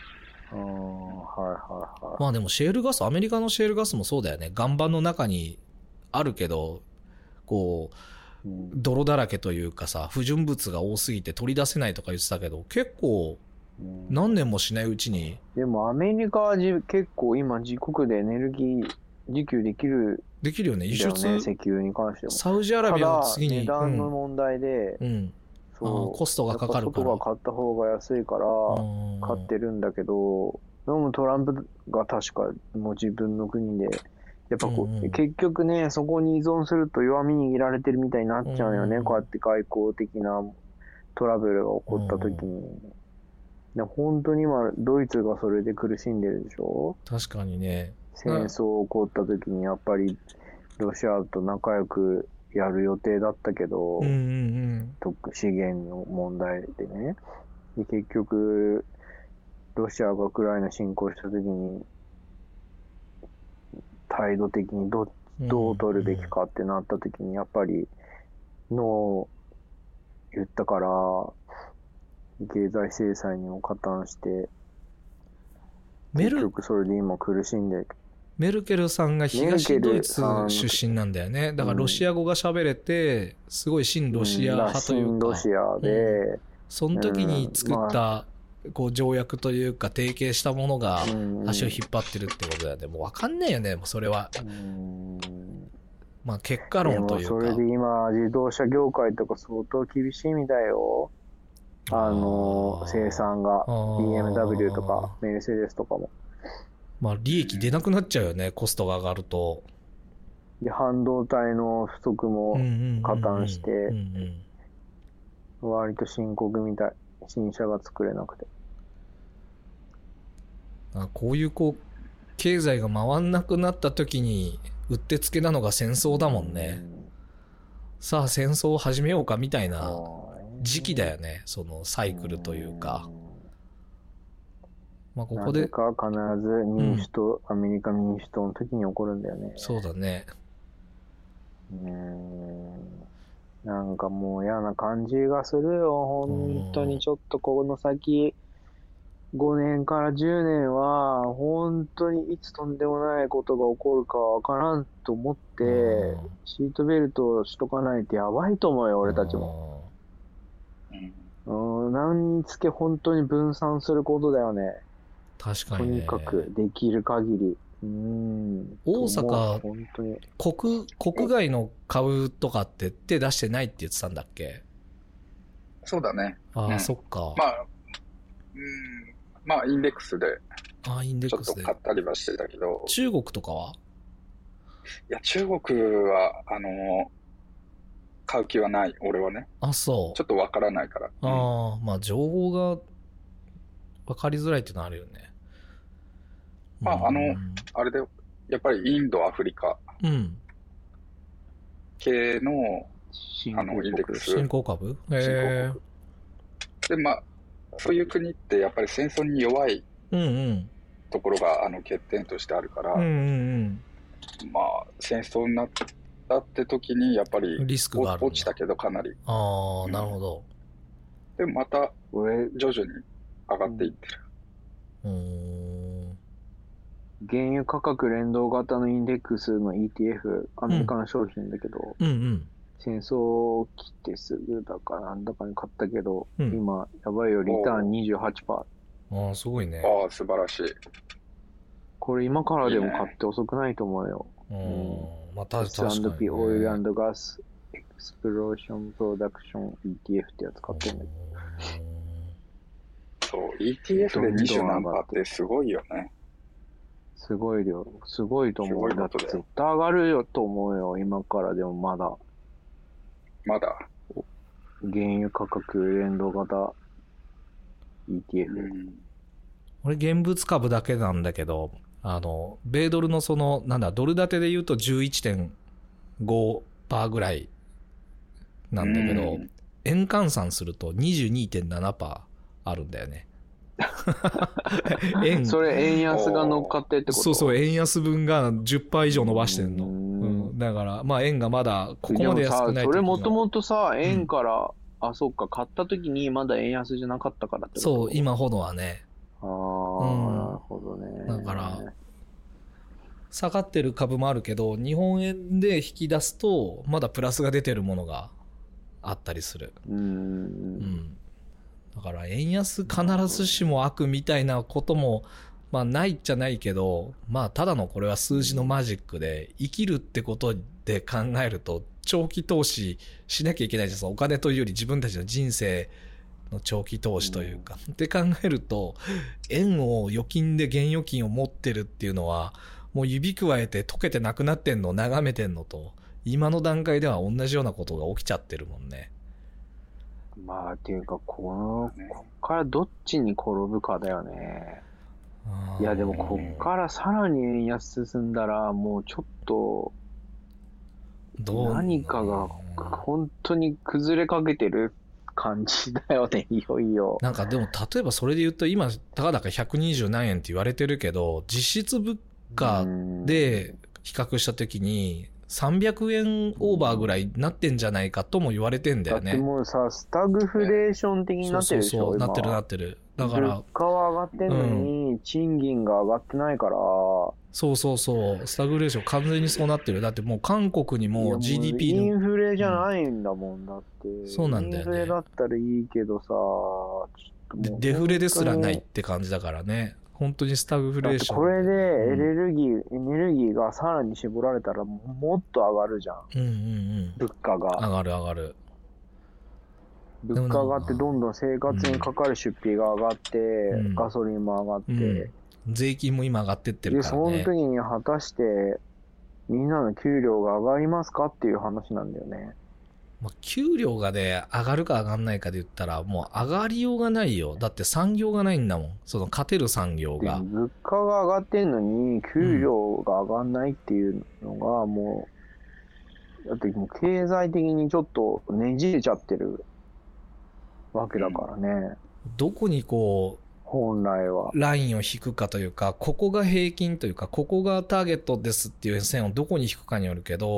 まあでもシェールガス、アメリカのシェールガスもそうだよね。岩盤の中にあるけどこう泥だらけというかさ、不純物が多すぎて取り出せないとか言ってたけど、結構何年もしないうちに。 でもアメリカはじ結構今自国でエネルギー自給できる、 できるよね。輸出、 石油に関しても。 サウジアラビアの次に値段の問題で、 うんうん、そうコストがかかるから。 外が買った方が安いから買ってるんだけど、でもトランプが確かもう自分の国で。やっぱこう、うんうん、結局ね、そこに依存すると弱み握られてるみたいになっちゃうよね、うんうん、こうやって外交的なトラブルが起こった時に、うん、で本当に今ドイツがそれで苦しんでるでしょ。 確かにね。 戦争起こった時にやっぱりロシアと仲良くやる予定だったけど、 うんうんうん、 資源の問題でね、で結局ロシアがウクライナ侵攻した時に態度的に ど, どう取るべきかってなった時にやっぱりノーを言ったから経済制裁にも加担して結局それで今苦しんで。 メルケルさんが東ドイツ出身なんだよね。だからロシア語が喋れてすごい親ロシア派というか、 親ロシアで、うん、 その時に作った、うんまあこう条約というか提携したものが足を引っ張ってるってことだよね。もう分かんないよね、もうそれは。うんまあ結果論というか。 でもそれで今自動車業界とか相当厳しいみたいよ。あの生産が ビーエムダブリュー とかメルセデスとかも。 まあ利益出なくなっちゃうよね、コストが上がると。 で半導体の不足も加担して割と深刻みたい。新車が作れなくて。 あこういうこう経済が回んなくなった時にうってつけなのが戦争だもんね。うんさあ戦争を始めようかみたいな時期だよね、そのサイクルというか。うんまあ、ここでなぜか必ず民主党、うん、アメリカ民主党の時に起こるんだよね。 そうだね。 うーんなんかもう嫌な感じがするよ。本当にちょっとこの先、ごねんからじゅうねんは、本当にいつとんでもないことが起こるかわからんと思って、シートベルトをしとかないとやばいと思うよ、俺たちも。うん、何につけ本当に分散することだよね。 確かにね。 とにかくできる限り。うん。 大阪、 本当に国、国外の株とかって手出してないって言ってたんだっけ？ そうだね。 ああ、 うん、 そっか。 まあ、うん、まあ、インデックスで、 ああ、インデックスで。 ちょっと買ったりはしてたけど。 中国とかはいや、中国は、あの、買う気はない、俺はね。 あ、そう。 ちょっとわからないから。 ああ、うん、まあ、情報がわかりづらいっていうのはあるよね。 まあ、あの、あれで、やっぱりインド、アフリカ系の、うん、あの、インデックス。 新興株？へえ。で、まあ、そういう国ってやっぱり戦争に弱いところが、あの、欠点としてあるから、 うんうんうん、 まあ、戦争になったって時に、やっぱり、 リスクがある。 落ちたけど、かなり。 ああ、うん、なるほど。 で、また、上、徐々に上がっていってる。 うーん。 原油価格連動型のインデックスの イーティーエフ、アメリカの商品だけど、 うんうん、 戦争来てすぐだかなんだかに買ったけど、 うん、 今、やばいよ、リターン にじゅうはちパーセント。 ああ、すごいね。 ああ、素晴らしい。 これ今からでも買って遅くないと思うよ。 いいね、うん。まあ、確かに、ね。 エスアンドピー オイル&ガスエクスプローションプロダクション イーティーエフ ってやつ買ってるんだけど。そう、イーティーエフ でにじゅう何パーってすごいよね。 すごい量、すごいと思う。だって絶対上がるよと思うよ、今からでもまだ。 まだ。 原油価格連動型 イーティーエフ。うん、 俺現物株だけなんだけど、あの、米ドルのその、なんだ、ドル建てで言うと じゅういってんごパーセント ぐらいなんだけど、うん、円換算すると にじゅうにてんななパーセント あるんだよね。 円それ円安が乗っかってってこと？ そうそう、円安分が じゅっパーセント 以上伸ばしてんの。うん、だから、まあ円がまだここまで安くない。 それもともとさ、円から、うん、あ、そっか、買った時にまだ円安じゃなかったからってこと？ そう、今ほどはね。 ああ、うん、なるほどね。 だから、下がってる株もあるけど、日本円で引き出すと、まだプラスが出てるものがあったりする。 うん。 うんだから円安必ずしも悪みたいなこともまあないっちゃないけど、まあただのこれは数字のマジックで、生きるってことで考えると長期投資しなきゃいけないじゃん。お金というより自分たちの人生の長期投資というか、って考えると円を預金で現預金を持ってるっていうのはもう指くわえて溶けてなくなってんのを眺めてんのと今の段階では同じようなことが起きちゃってるもんね。 まあ、っていうか、この、こっからどっちに転ぶかだよね。いや、でも、こっからさらに円安進んだら、もうちょっと、何かが本当に崩れかけてる感じだよね、いよいよ。 なんかでも、例えばそれで言うと、今、たかだかひゃくにじゅう何円って言われてるけど、実質物価で比較したときに、さんびゃくえんオーバーぐらいになってんじゃないかとも言われてんだよね。 だってもうさ、スタグフレーション的になってるでしょ、 そうそうそう、なってるなってる。だから。 物価は上がってんのに、うん、賃金が上がってないから。 そうそうそう、スタグフレーション完全にそうなってる。だってもう韓国にも ジーディーピー の。 インフレじゃないんだもん、だって。 そうなんだよね。 インフレだったらいいけどさ、ちょっともうデフレですらないって感じだからね。本当にスタグフレーション。 これでエネルギー、うん、エネルギーがさらに絞られたらもっと上がるじゃん。 うんうんうん。 物価が。 上がる上がる。 物価上がってどんどん生活にかかる出費が上がって、うん、ガソリンも上がって、うん、 税金も今上がってってるからね。 で、その時に果たしてみんなの給料が上がりますかっていう話なんだよね。 まあ、給料がね、上がるか上がんないかで言ったら、もう上がりようがないよ。だって産業がないんだもん。その勝てる産業が。 物価が上がってんのに、給料が上がんないっていうのが、もう、うん、だってもう経済的にちょっとねじれちゃってるわけだからね。うん、 どこにこう、 本来は。 ラインを引くかというか、ここが平均というか、ここがターゲットですっていう線をどこに引くかによるけど、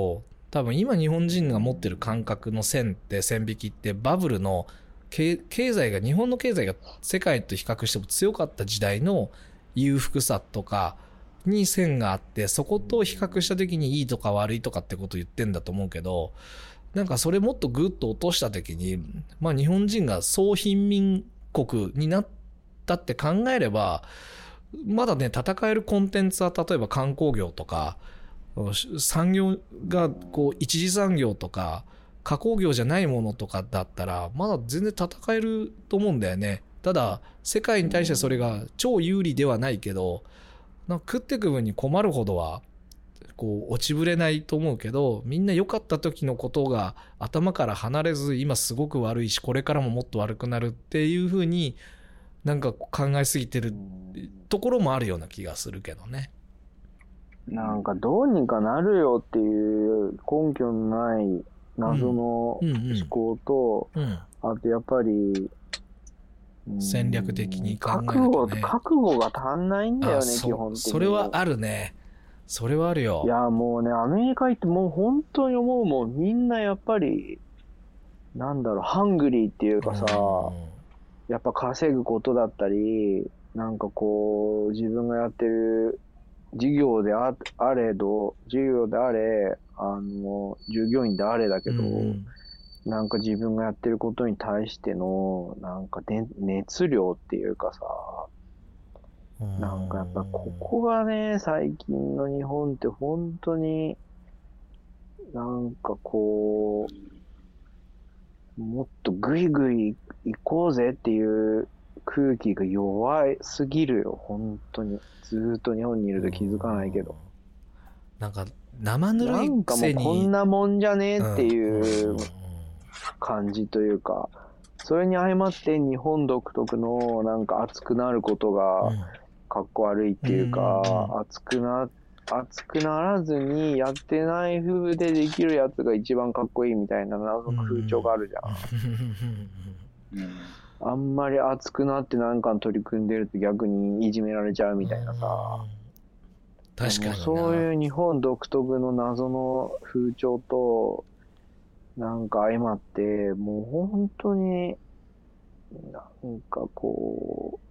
多分今日本人が持ってる感覚の線って線引きってバブルの経済が日本の経済が世界と比較しても強かった時代の裕福さとかに線があって、そこと比較した時にいいとか悪いとかってことを言ってんだと思うけど、なんかそれもっとグッと落とした時に、まあ日本人が総貧民国になったって考えれば、まだね戦えるコンテンツは例えば観光業とか産業がこう一次産業とか加工業じゃないものとかだったらまだ全然戦えると思うんだよね。ただ世界に対してそれが超有利ではないけど、なんか食ってく分に困るほどはこう落ちぶれないと思うけど、みんな良かった時のことが頭から離れず、今すごく悪いしこれからももっと悪くなるっていう風になんか考えすぎてるところもあるような気がするけどね。 なんかどうにかなるよっていう根拠のない謎の思考と、 うんうんうん、 あとやっぱり戦略的に考えなきゃね、 覚悟覚悟が足んないんだよね、基本的に。 それはあるね。それはあるよ。 いやもうね、アメリカ行ってもう本当に思うもん、みんなやっぱりなんだろう、ハングリーっていうかさ、うん、やっぱ稼ぐことだったり、なんかこう自分がやってる事業で あ, あれど授業であれあの従業員であれだけど、うん、なんか自分がやってることに対してのなんかで熱量っていうかさ、うん、なんかやっぱここがね、最近の日本って本当になんかこうもっとグイグイ行こうぜっていう空気が弱すぎるよ、本当に。ずーっと日本にいると気づかないけど。 なんか生ぬるいくせに。 なんかもうこんなもんじゃねえっていう感じというか、それに相まって日本独特のなんか熱くなることがかっこ悪いっていうか、熱くな、熱くならずにやってない風でできるやつが一番かっこいいみたいな謎の風潮があるじゃん。うんあんまり熱くなって何か取り組んでると逆にいじめられちゃうみたいなさ。 確かにな。 そういう日本独特の謎の風潮となんか相まって、もう本当になんかこ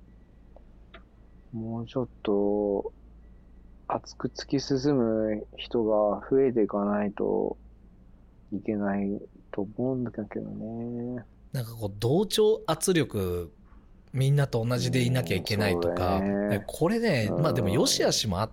う、もうちょっと熱く突き進む人が増えていかないといけないと思うんだけどね。 なんかこう同調圧力みんなと同じでいなきゃいけないとか、ね、これね、まあでも良し悪しもあって、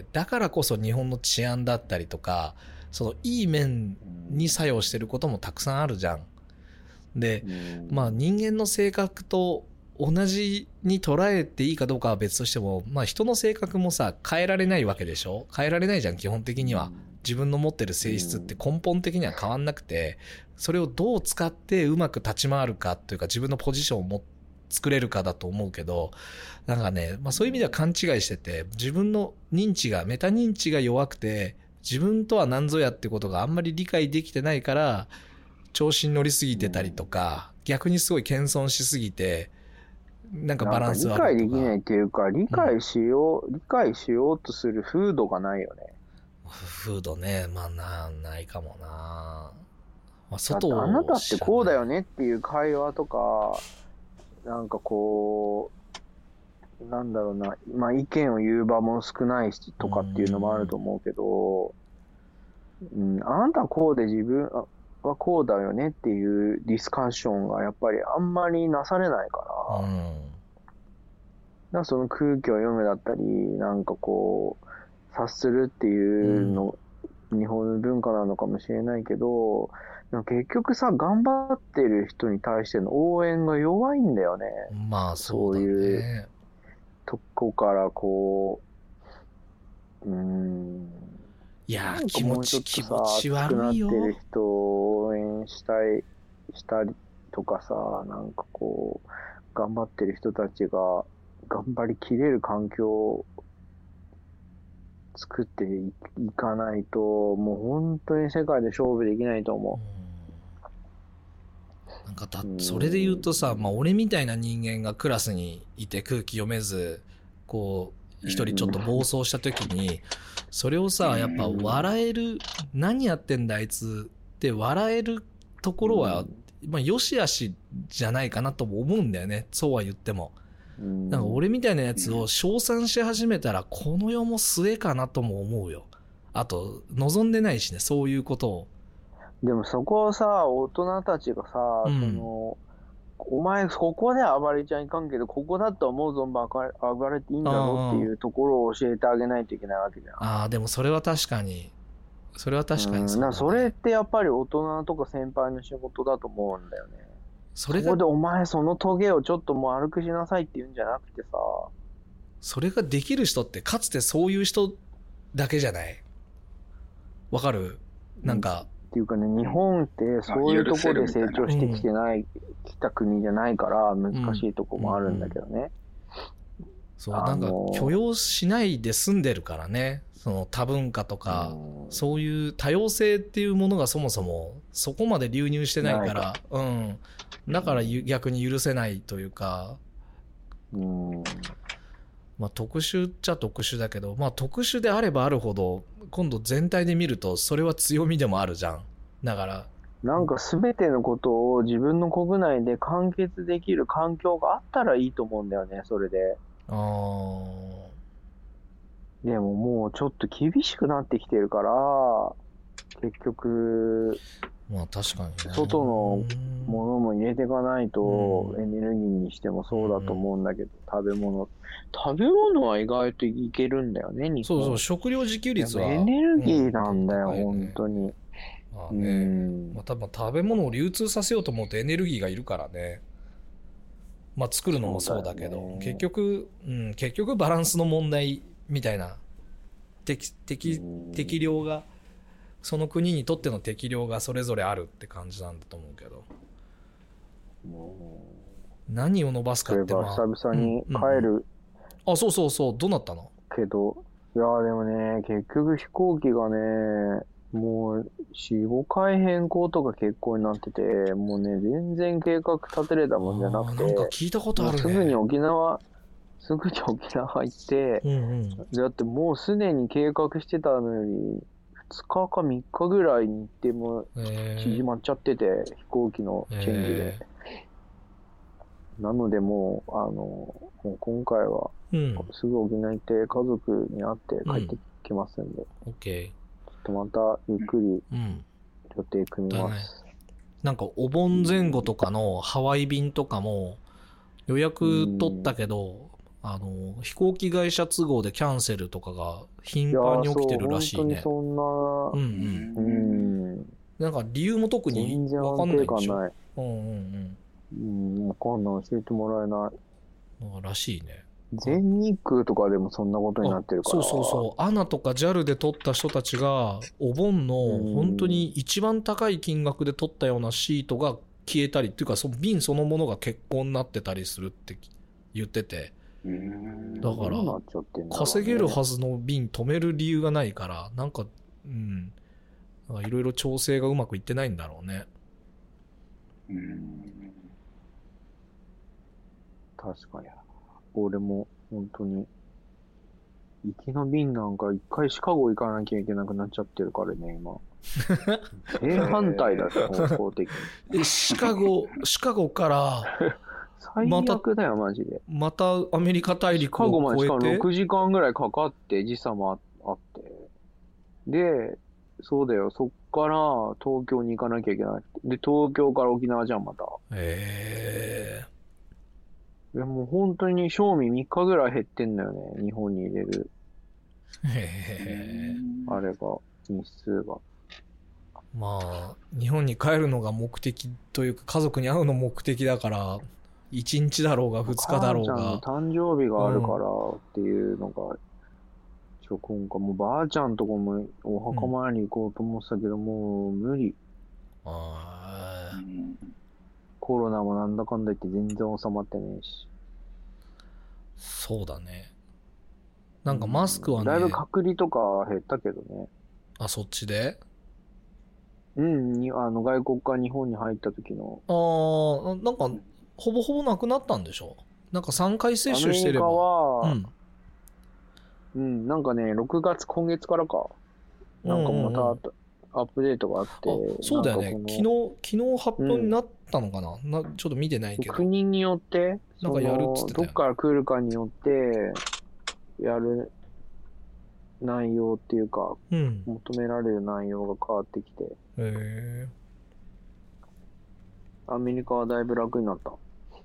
だからこそ日本の治安だったりとか、そのいい面に作用してることもたくさんあるじゃん。で、まあ人間の性格と同じに捉えていいかどうかは別としても、まあ人の性格もさ変えられないわけでしょ。変えられないじゃん、基本的には。自分の持ってる性質って根本的には変わんなくて、それをどう使ってうまく立ち回るかというか自分のポジションをも作れるかだと思うけど、なんかね、まあそういう意味では勘違いしてて、自分の認知がメタ認知が弱くて自分とは何ぞやってことがあんまり理解できてないから調子に乗りすぎてたりとか、逆にすごい謙遜しすぎてなんかバランス悪いとか。 理解できないっていうか、理解しよう、うん、理解しようとする風土がないよね。 風土ね、まあな、ないかもな。まあ、外をあなたってこうだよねっていう会話とか、なんかこう、なんだろうな、まあ意見を言う場も少ないしとかっていうのもあると思うけど、うん、あなたはこうで自分はこうだよねっていうディスカッションがやっぱりあんまりなされないから、うん、だからその空気を読めだったり、なんかこう、察するっていうの、うん、日本の文化なのかもしれないけど、でも結局さ、頑張ってる人に対しての応援が弱いんだよね。 まあそうだね。そういうとこからこう、うーん。 いや気持ち気持ち悪いよ。 熱くなってる人を応援したいしたりとかさ、なんかこう頑張ってる人たちが頑張りきれる環境を作っていかないと、もう本当に世界で勝負できないと思う。なんかだそれで言うとさ、まあ俺みたいな人間がクラスにいて空気読めず、こう一人ちょっと暴走した時に、それをさ、やっぱ笑える、何やってんだあいつって笑えるところは、まあ、よしあしじゃないかなとも思うんだよね。そうは言っても。なんか俺みたいなやつを称賛し始めたら、この世も末かなとも思うよ。あと、望んでないしね、そういうことを。 でもそこをさ、大人たちがさ、うん、その、お前ここで暴れちゃいかんけど、ここだと思う存分暴れていいんだろうっていうところを教えてあげないといけないわけじゃん。 ああ、でもそれは確かに。それは確かにそうだね。 うん、それってやっぱり大人とか先輩の仕事だと思うんだよね。それがそこでお前そのトゲをちょっと丸くしなさいって言うんじゃなくてさ。 それができる人ってかつてそういう人だけじゃない？わかる？なんか。 っていうかね、日本ってそういうところで成長してきてない、きた国じゃないから難しいとこもあるんだけどね。うんうん、 そう、なんか許容しないで済んでるからね。その多文化とか、そういう多様性っていうものがそもそもそこまで流入してないから、うん。だから逆に許せないというか、うん、まあ特殊っちゃ特殊だけど、まあ特殊であればあるほど、今度全体で見るとそれは強みでもあるじゃん。だから。 なんか全てのことを自分の国内で完結できる環境があったらいいと思うんだよね、それで。あー。でももうちょっと厳しくなってきてるから、結局、 まあ確かにね。 外のものも入れていかないと、エネルギーにしてもそうだと思うんだけど、食べ物。食べ物は意外といけるんだよね、日本。そうそう、食料自給率は。 エネルギーなんだよ、うん、本当に。 まあね。うんまあ多分食べ物を流通させようと思うとエネルギーがいるからね。まあ作るのもそうだけど、ね、結局、うん、結局バランスの問題みたいな。適、適、適量が、その国にとっての適量がそれぞれあるって感じなんだと思うけど。何を伸ばすかって、まあ、 久々に帰る、うんうん。 あ、そうそうそう、どうなったの？ けど、いやでもね、結局飛行機がね、もうよん、ごかい変更とか結構になってて、もうね、全然計画立てれたもんじゃなくて、 なんか聞いたことあるね。 すぐに沖縄、すぐに沖縄行って、うんうん、だってもうすでに計画してたのより、ふつかかみっかぐらいに行っても縮まっちゃってて、えー、飛行機のチェンジで。えー、なのでもう、あの、もう今回は、すぐ沖縄行って家族に会って帰ってきますんで。 うん、OK。 ちょっとまたゆっくり予定組みます。 うんね、なんかお盆前後とかのハワイ便とかも予約取ったけど、あの飛行機会社都合でキャンセルとかが頻繁に起きてるらしいね。 いやそう本当にそんな、うんうん、 うんなんか理由も特に分かんないんでしょ。 ない。うんうんうん。分かんない。教えてもらえない。 らしいね。 全日空とかでもそんなことになってるから。 そうそうそう。アナとか ジャル で取った人たちがお盆の本当に一番高い金額で取ったようなシートが消えたりっていうか、その便そのものが欠航になってたりするって言ってて。だから稼げるはずの便止める理由がないからなんかうんいろいろ調整がうまくいってないんだろうね。 うん確かに俺も本当に行きの便なんか一回シカゴ行かなきゃいけなくなっちゃってるからね今正反対だよ方向的にシカゴシカゴから最悪だよ、マジで。 またアメリカ大陸を越えて。シカゴまでしかもろくじかんぐらいかかって、時差もあって。で、そうだよ、そっから東京に行かなきゃいけない。で、東京から沖縄じゃん、また。へぇー。いや、もう本当に賞味みっかぐらい減ってんだよね、日本に入れる。へぇー。あれが、日数が。 まあ、日本に帰るのが目的というか、家族に会うの目的だから、いちにちだろうがふつかだろうが。 ばあちゃんの誕生日があるからっていうのが、うん、ちょ今回もうばあちゃんとこもお墓参り行こうと思ってたけど、うん、もう無理。あー、うん、コロナもなんだかんだ言って全然収まってねえし。 そうだね。なんかマスクはね、 だいぶ隔離とか減ったけどね。 あ、そっちで？ うん、にあの外国から日本に入った時の。 ああ、なんかほぼほぼなくなったんでしょ？なんかさんかい接種してれば。アメリカは、うん、 うん、なんかね、ろくがつ、今月からか。なんかまた、うんうんうん、アップデートがあって。 あ、そうだよね。昨日、昨日発表になったのかな、うん、なちょっと見てないけど。 国によって、 なんかやるっつってたよね。 どっから来るかによって、やる内容っていうか、うん、求められる内容が変わってきて。へー。アメリカはだいぶ楽になった。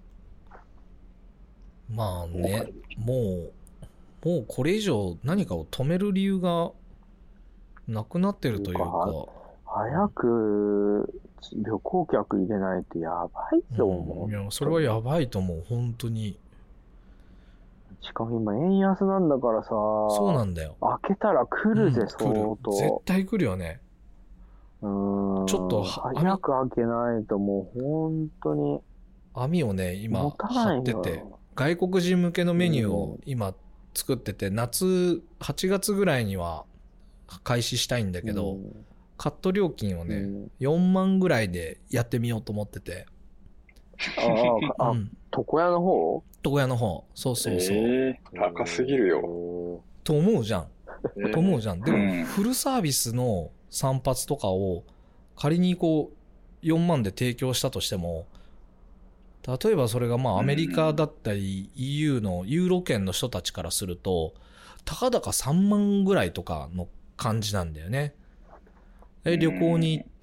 まあね、もう、もうこれ以上何かを止める理由がなくなってるというか。 早く旅行客入れないとやばいと思う。 うん、いや、それはやばいと思う、本当に。 しかも今円安なんだからさ。 そうなんだよ。 開けたら来るぜ、うん、相当。 絶対来るよね。 うーん。ちょっと早く開けないともう本当に。 網をね、今張ってて、外国人向けのメニューを今作ってて、夏、はちがつぐらいには開始したいんだけど、うん、カット料金をね、うん、よんまんぐらいでやってみようと思ってて。 ああ、うん、床屋の方？ 床屋の方。そうそうそう。えー、高すぎるよ。 と思うじゃん。えー、と思うじゃん。でも、うん、フルサービスの散髪とかを仮にこうよんまんで提供したとしても、例えばそれがまあアメリカだったり イーユー のユーロ圏の人たちからすると、たかだかさんまんぐらいとかの感じなんだよね。で旅行に行って、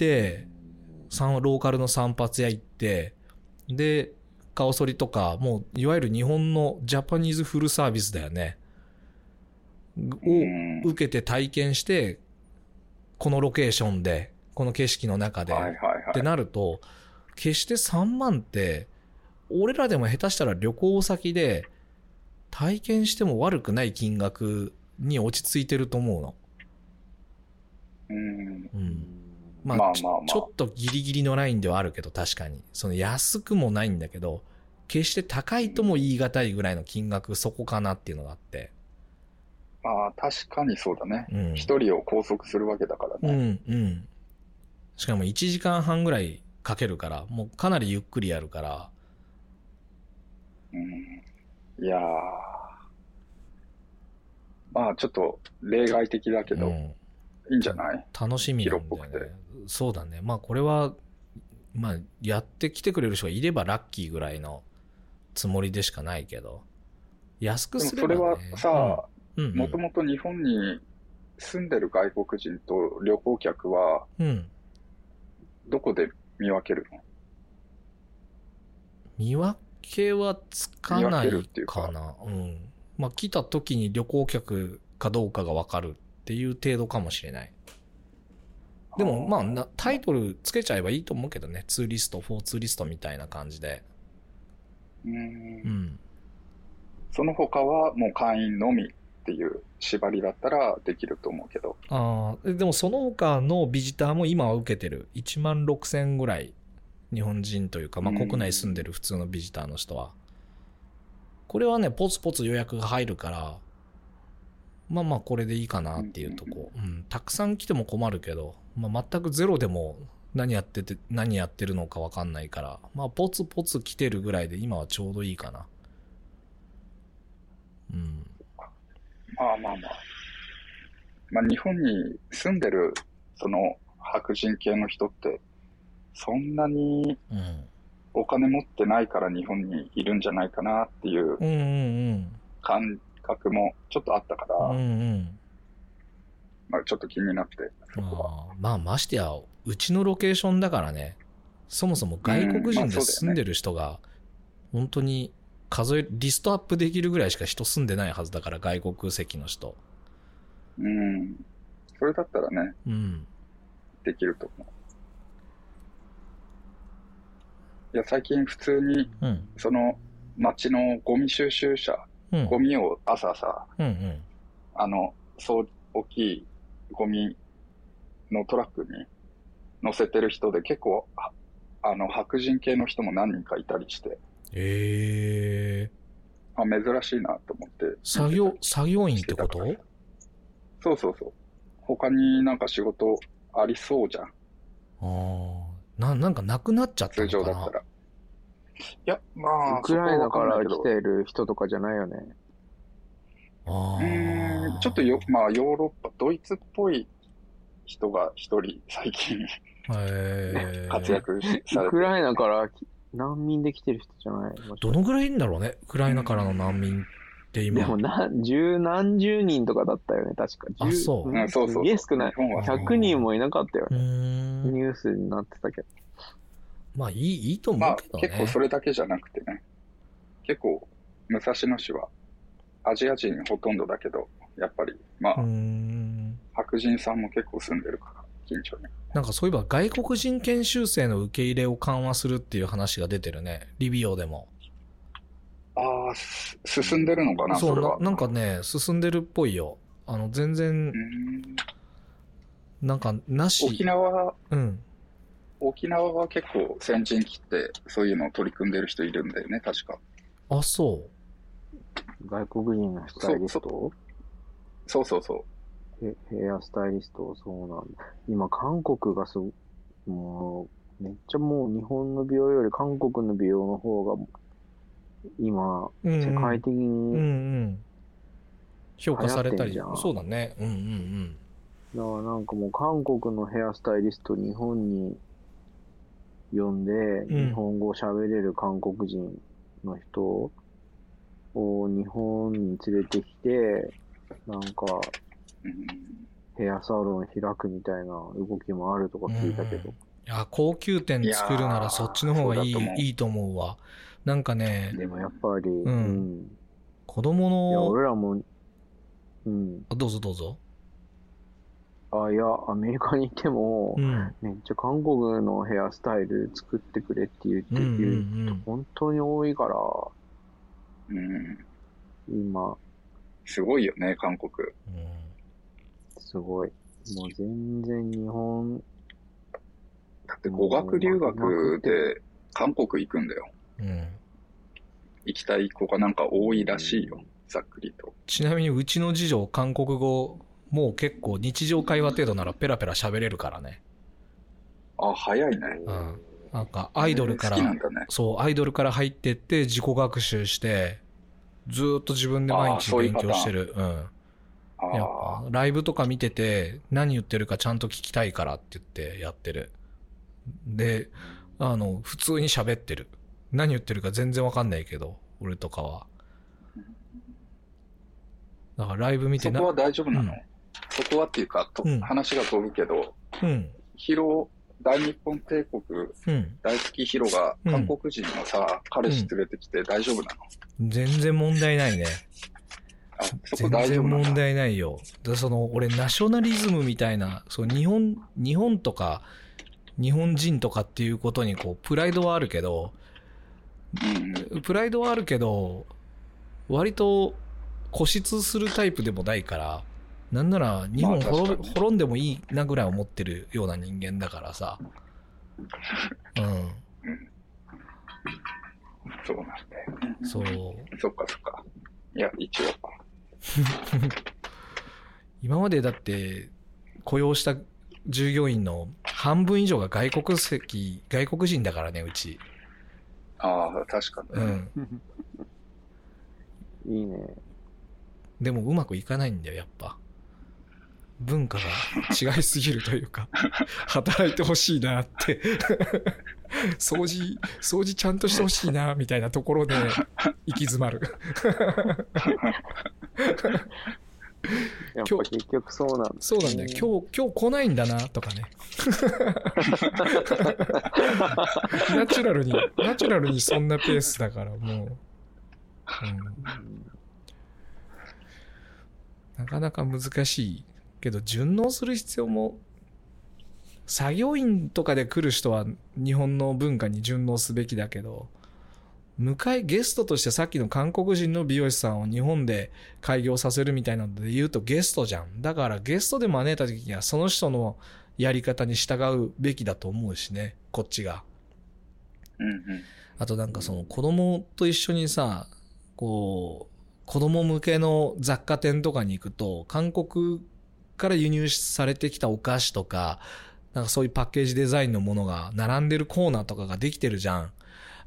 ローカルの散髪屋行って、で、顔剃りとか、もういわゆる日本のジャパニーズフルサービスだよね。を受けて体験して、このロケーションで、この景色の中で、ってなると、決してさんまんって、俺らでも下手したら旅行先で体験しても悪くない金額に落ち着いてると思うの。うん。うん。まあ、まあまあまあ、ちょっとギリギリのラインではあるけど、確かに。その安くもないんだけど、決して高いとも言い難いぐらいの金額、そこかなっていうのがあって。 ああ、確かにそうだね。一、うん、人を拘束するわけだからね。 うん、うん。しかもいちじかんはんぐらいかけるから、もうかなりゆっくりやるから。 うん、いやー、まあちょっと例外的だけど、うん、いいんじゃない？ 楽しみなんだよね。そうだね。まあこれは、まあやってきてくれる人がいればラッキーぐらいのつもりでしかないけど、安くすればね。 でもそれはさ、もともと日本に住んでる外国人と旅行客は、うん、どこで見分けるの？ 見分けはつかないかな。うん。まあ来た時に旅行客かどうかが分かるっていう程度かもしれない。でもまあなタイトルつけちゃえばいいと思うけどね。ツーリスト、フォーツーリストみたいな感じで。 うーん。うん。その他はもう会員のみっていう縛りだったらできると思うけど。 ああ、でもその他のビジターも今は受けてる。いちまんろくせんぐらい。日本人というか、まあ、国内住んでる普通のビジターの人は。これはね、ポツポツ予約が入るから、まあまあこれでいいかなっていうとこ。うん。たくさん来ても困るけど、まあ全くゼロでも何やってて、何やってるのかわかんないから、まあポツポツ来てるぐらいで今はちょうどいいかな。うん。 まあまあまあ。まあ日本に住んでる、その白人系の人って、そんなにお金持ってないから日本にいるんじゃないかなっていう感覚もちょっとあったから、うんうん、まあ、ちょっと気になって、そこは。 あまあましてや、うちのロケーションだからね、そもそも外国人で住んでる人が本当に数え、リストアップできるぐらいしか人住んでないはずだから、外国籍の人。 うん。それだったらね、うん、できると思う。いや、最近普通に、うん、その街のゴミ収集車、うん、ゴミを朝さ、うんうん、あの、そう、大きいゴミのトラックに乗せてる人で結構、あの、白人系の人も何人かいたりして。 へー。 あ、珍しいなと思って。 作業、作業員ってこと？ そうそうそう。他になんか仕事ありそうじゃん。ああ。な、なんかなくなっちゃったのかな。通常だったら。いや、まあ、 ウクライナから来ている人とかじゃないよね。 ああ。うーん、 ちょっとよ、まあヨーロッパ、ドイツっぽい人が一人最近、 へ活躍されてウクライナから難民で来てる人じゃない？ どのぐらいいるんだろうね、ウクライナからの難民って今。 でも何十何十人とかだったよね、確か。 あ、そう。 うん、そうそうそう。 すげえ少ない。ひゃくにんもいなかったよね。 ニニュースになってたけど。 まあいい、いいと思うけどね。 まあ結構それだけじゃなくてね。結構、武蔵野市はアジア人ほとんどだけど、やっぱり、まあ、白人さんも結構住んでるから、近所に。 なんかそういえば外国人研修生の受け入れを緩和するっていう話が出てるね。リビオでも。 ああ、進んでるのかな、 そう、 それは。 な、なんかね、進んでるっぽいよ。あの、全然、なんか、なし。 沖縄、 うん。 沖縄は結構先陣切って、そういうのを取り組んでる人いるんだよね、確か。 あ、そう。 外国人のスタイリスト？ そうそうそう。 ヘ、ヘアスタイリスト、そうなんだ。今、韓国がすご、もう、めっちゃもう日本の美容より韓国の美容の方が、今、うんうん、世界的に、うんうん、 評価されたり、そうだね。うんうんうん。 だからなんかもう韓国のヘアスタイリスト日本に呼んで、うん、日本語喋れる韓国人の人を日本に連れてきて、なんか、ヘアサロン開くみたいな動きもあるとか聞いたけど。 うん、いや、高級店作るならそっちの方がいい、いいと思うわ。なんかね。 でもやっぱり、 うん。うん、子供の。 いや、俺らも、うん。 どうぞどうぞ。 あ、いや、アメリカにいても、うん、めっちゃ韓国のヘアスタイル作ってくれって言ってる人、本当に多いから、 うん、 今。 すごいよね、韓国。うん、 すごい。もう全然日本。 だって語学留学で韓国行くんだよ。うん、行きたい子がなんか多いらしいよ、うん、ざっくりと。 ちなみにうちの次女、韓国語、もう結構日常会話程度ならペラペラ喋れるからね。 あ、早いね。 うん。なんかアイドルから、 好きなんだね、 そう、アイドルから入ってって自己学習して、ずーっと自分で毎日勉強してる。うん。やっぱライブとか見てて何言ってるかちゃんと聞きたいからって言ってやってる。で、あの、普通に喋ってる。何言ってるか全然わかんないけど、俺とかは。だからライブ見てな。そこは大丈夫なの？うん、そこはっていうか、とうん、話が飛ぶけど、うん、ヒロ、大日本帝国、うん、大好きヒロが韓国人のさ、うん、彼氏連れてきて大丈夫なの？ 全然問題ないね。 あ、そこ大丈夫なの？ 全然問題ないよ。だその、俺ナショナリズムみたいな、そう、日本、日本とか、日本人とかっていうことにこう、プライドはあるけど、うん、プライドはあるけど、割と固執するタイプでもないから、なんなら日本滅、まあ、滅んでもいいなぐらい思ってるような人間だからさ。うん。 そうなんだよ。 そう。 そっかそっか。いや、一応。 今までだって雇用した従業員の半分以上が外国籍、外国人だからね、うち。 ああ、確かに。うん。 いいね。 でもうまくいかないんだよ、やっぱ。文化が違いすぎるというか、働いてほしいなって。掃除、掃除ちゃんとしてほしいな、みたいなところで行き詰まる。 やっぱ結局そうなんだ、ね。 そうなんだよ。今日、今日来ないんだな、とかね。ナチュラルに、ナチュラルにそんなペースだから、もう。うん、なかなか難しいけど、順応する必要も、作業員とかで来る人は日本の文化に順応すべきだけど、迎えゲストとしてさっきの韓国人の美容師さんを日本で開業させるみたいなので言うとゲストじゃん。だからゲストで招いた時にはその人のやり方に従うべきだと思うしね、こっちが。 うんうん。 あとなんかその子供と一緒にさ、こう、子供向けの雑貨店とかに行くと、韓国から輸入されてきたお菓子とか、なんかそういうパッケージデザインのものが並んでるコーナーとかができてるじゃん。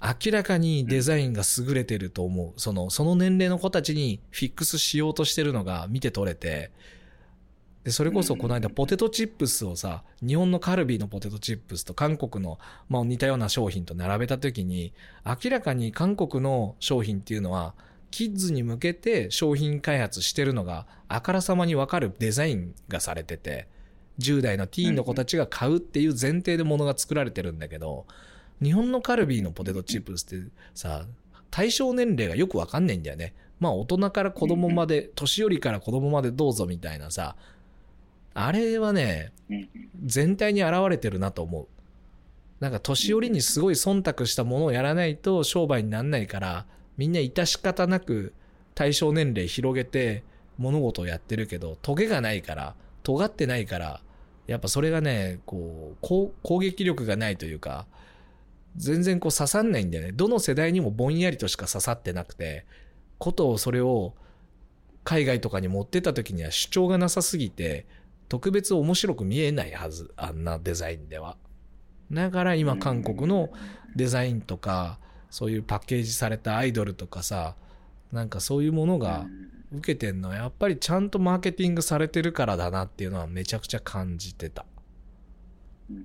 明らかにデザインが優れてると思う。その、その年齢の子たちにフィックスしようとしてるのが見て取れて、で、それこそこの間ポテトチップスをさ、日本のカルビーのポテトチップスと韓国の、まあ似たような商品と並べたときに、明らかに韓国の商品っていうのは、キッズに向けて商品開発してるのがあからさまにわかるデザインがされてて、じゅう代のティーンの子たちが買うっていう前提で物が作られてるんだけど、日本のカルビーのポテトチップスってさ、対象年齢がよくわかんないんだよね。まあ大人から子供まで、年寄りから子供までどうぞみたいなさ、あれはね、全体に現れてるなと思う。なんか年寄りにすごい忖度したものをやらないと商売にならないから、みんな致し方なく対象年齢広げて物事をやってるけど、トゲがないから、尖ってないから、やっぱそれがね、こう、攻撃力がないというか、全然こう刺さんないんだよね。どの世代にもぼんやりとしか刺さってなくて、ことをそれを海外とかに持ってった時には主張がなさすぎて、特別面白く見えないはず、あんなデザインでは。だから今韓国のデザインとか、そういうパッケージされたアイドルとかさ、なんかそういうものが受けてんのはやっぱりちゃんとマーケティングされてるからだなっていうのはめちゃくちゃ感じてた。うん。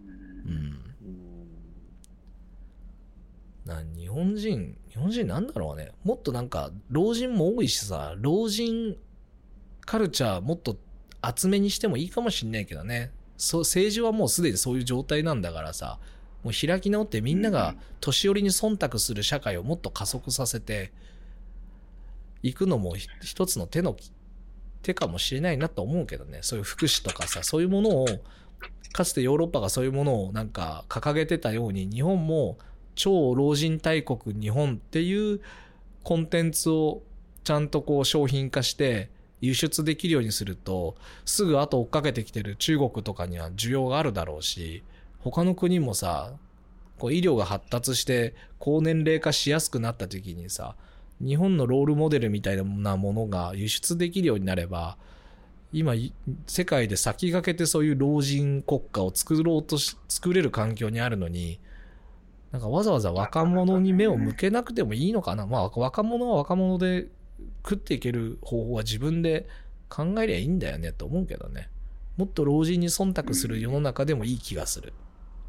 な日本人、日本人なんだろうね。もっとなんか老人も多いしさ、老人カルチャーもっと厚めにしてもいいかもしんないけどね。そう、政治はもうすでにそういう状態なんだからさ、もう開き直ってみんなが年寄りに忖度する社会をもっと加速させていくのも一つの手の手かもしれないなと思うけどね。そういう福祉とかさ、そういうものをかつてヨーロッパがそういうものをなんか掲げてたように、日本も超老人大国日本っていうコンテンツをちゃんとこう商品化して輸出できるようにすると、すぐ後追っかけてきてる中国とかには需要があるだろうし、他の国もさ、こう医療が発達して高年齢化しやすくなった時にさ、日本のロールモデルみたいなものが輸出できるようになれば、今世界で先駆けてそういう老人国家を作ろうとし作れる環境にあるのに、なんかわざわざ若者に目を向けなくてもいいのかな。まあ若者は若者で食っていける方法は自分で考えりゃいいんだよねと思うけどね。もっと老人に忖度する世の中でもいい気がする。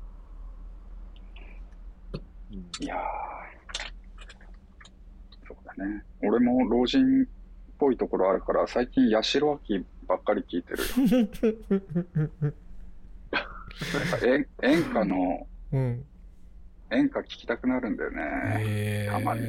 いやー、そうだね。俺も老人っぽいところあるから、最近八代亜紀ばっかり聞いてるよ。演演歌の、うん、演歌聞きたくなるんだよね。たまに。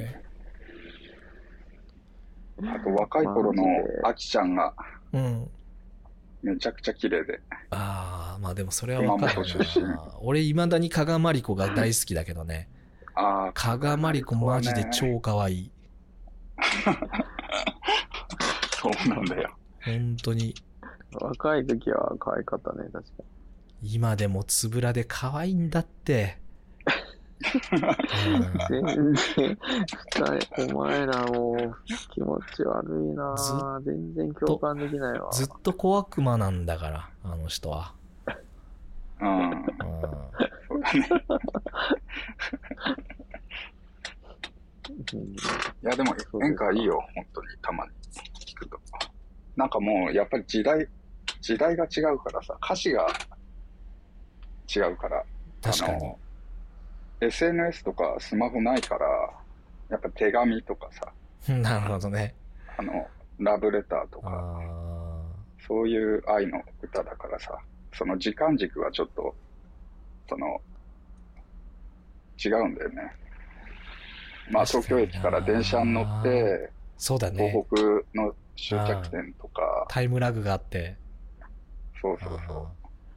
あと若い頃のあきちゃんが、うん、めちゃくちゃ綺麗で。 ああ、まあでもそれは分かるな。俺未だに加賀まりこが大好きだけどね。ああ、加賀まりこマジで超可愛い。 そうなんだよ。 本当に。 若い時は可愛かったね、確かに。今でもつぶらで可愛いんだって。 全然、お前らもう気持ち悪いな。全然共感できないわ。 ずっと小悪魔なんだから、あの人は。うん。うん、そうだね。 いやでも演歌いいよ、本当にたまに聞くと。なんかもうやっぱり時代時代が違うからさ、歌詞が違うから。 確かに。 エスエヌエス とかスマホないから、やっぱ手紙とかさ。 なるほどね。 あの、ラブレターとか、そういう愛の歌だからさ、その時間軸はちょっと、その、違うんだよね。まあ東京駅から電車に乗って、 そうだね。 東北の終着点とか。 タイムラグがあって。 そうそうそう。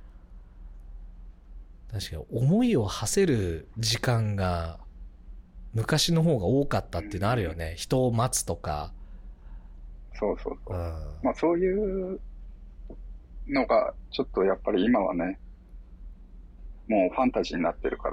確かに思いを馳せる時間が昔の方が多かったっていうのあるよね。うん、人を待つとか。 そうそうそう。うん、まあそういうのがちょっとやっぱり今はね、もうファンタジーになってるから。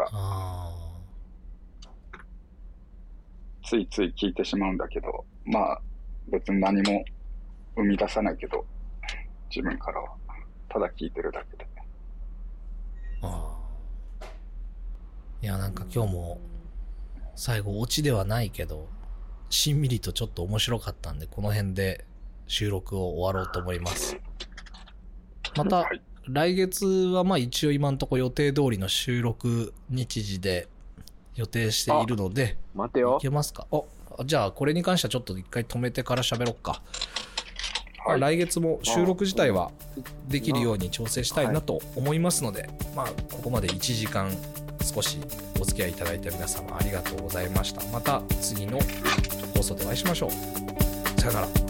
ついつい聞いてしまうんだけど、まあ別に何も生み出さないけど、自分からはただ聞いてるだけで。 ああ。いやなんか今日も最後オチではないけどしんみりとちょっと面白かったんで、この辺で収録を終わろうと思います。また、はい、来月はまあ一応今のところ予定通りの収録日時で予定しているので、 待てよ。 いけますか？お、じゃあこれに関してはちょっと一回止めてから喋ろうか。はい、来月も収録自体はできるように調整したいなと思いますので、はい、まあここまでいちじかん少しお付き合いいただいた皆様ありがとうございました。また次の放送でお会いしましょう。さよなら。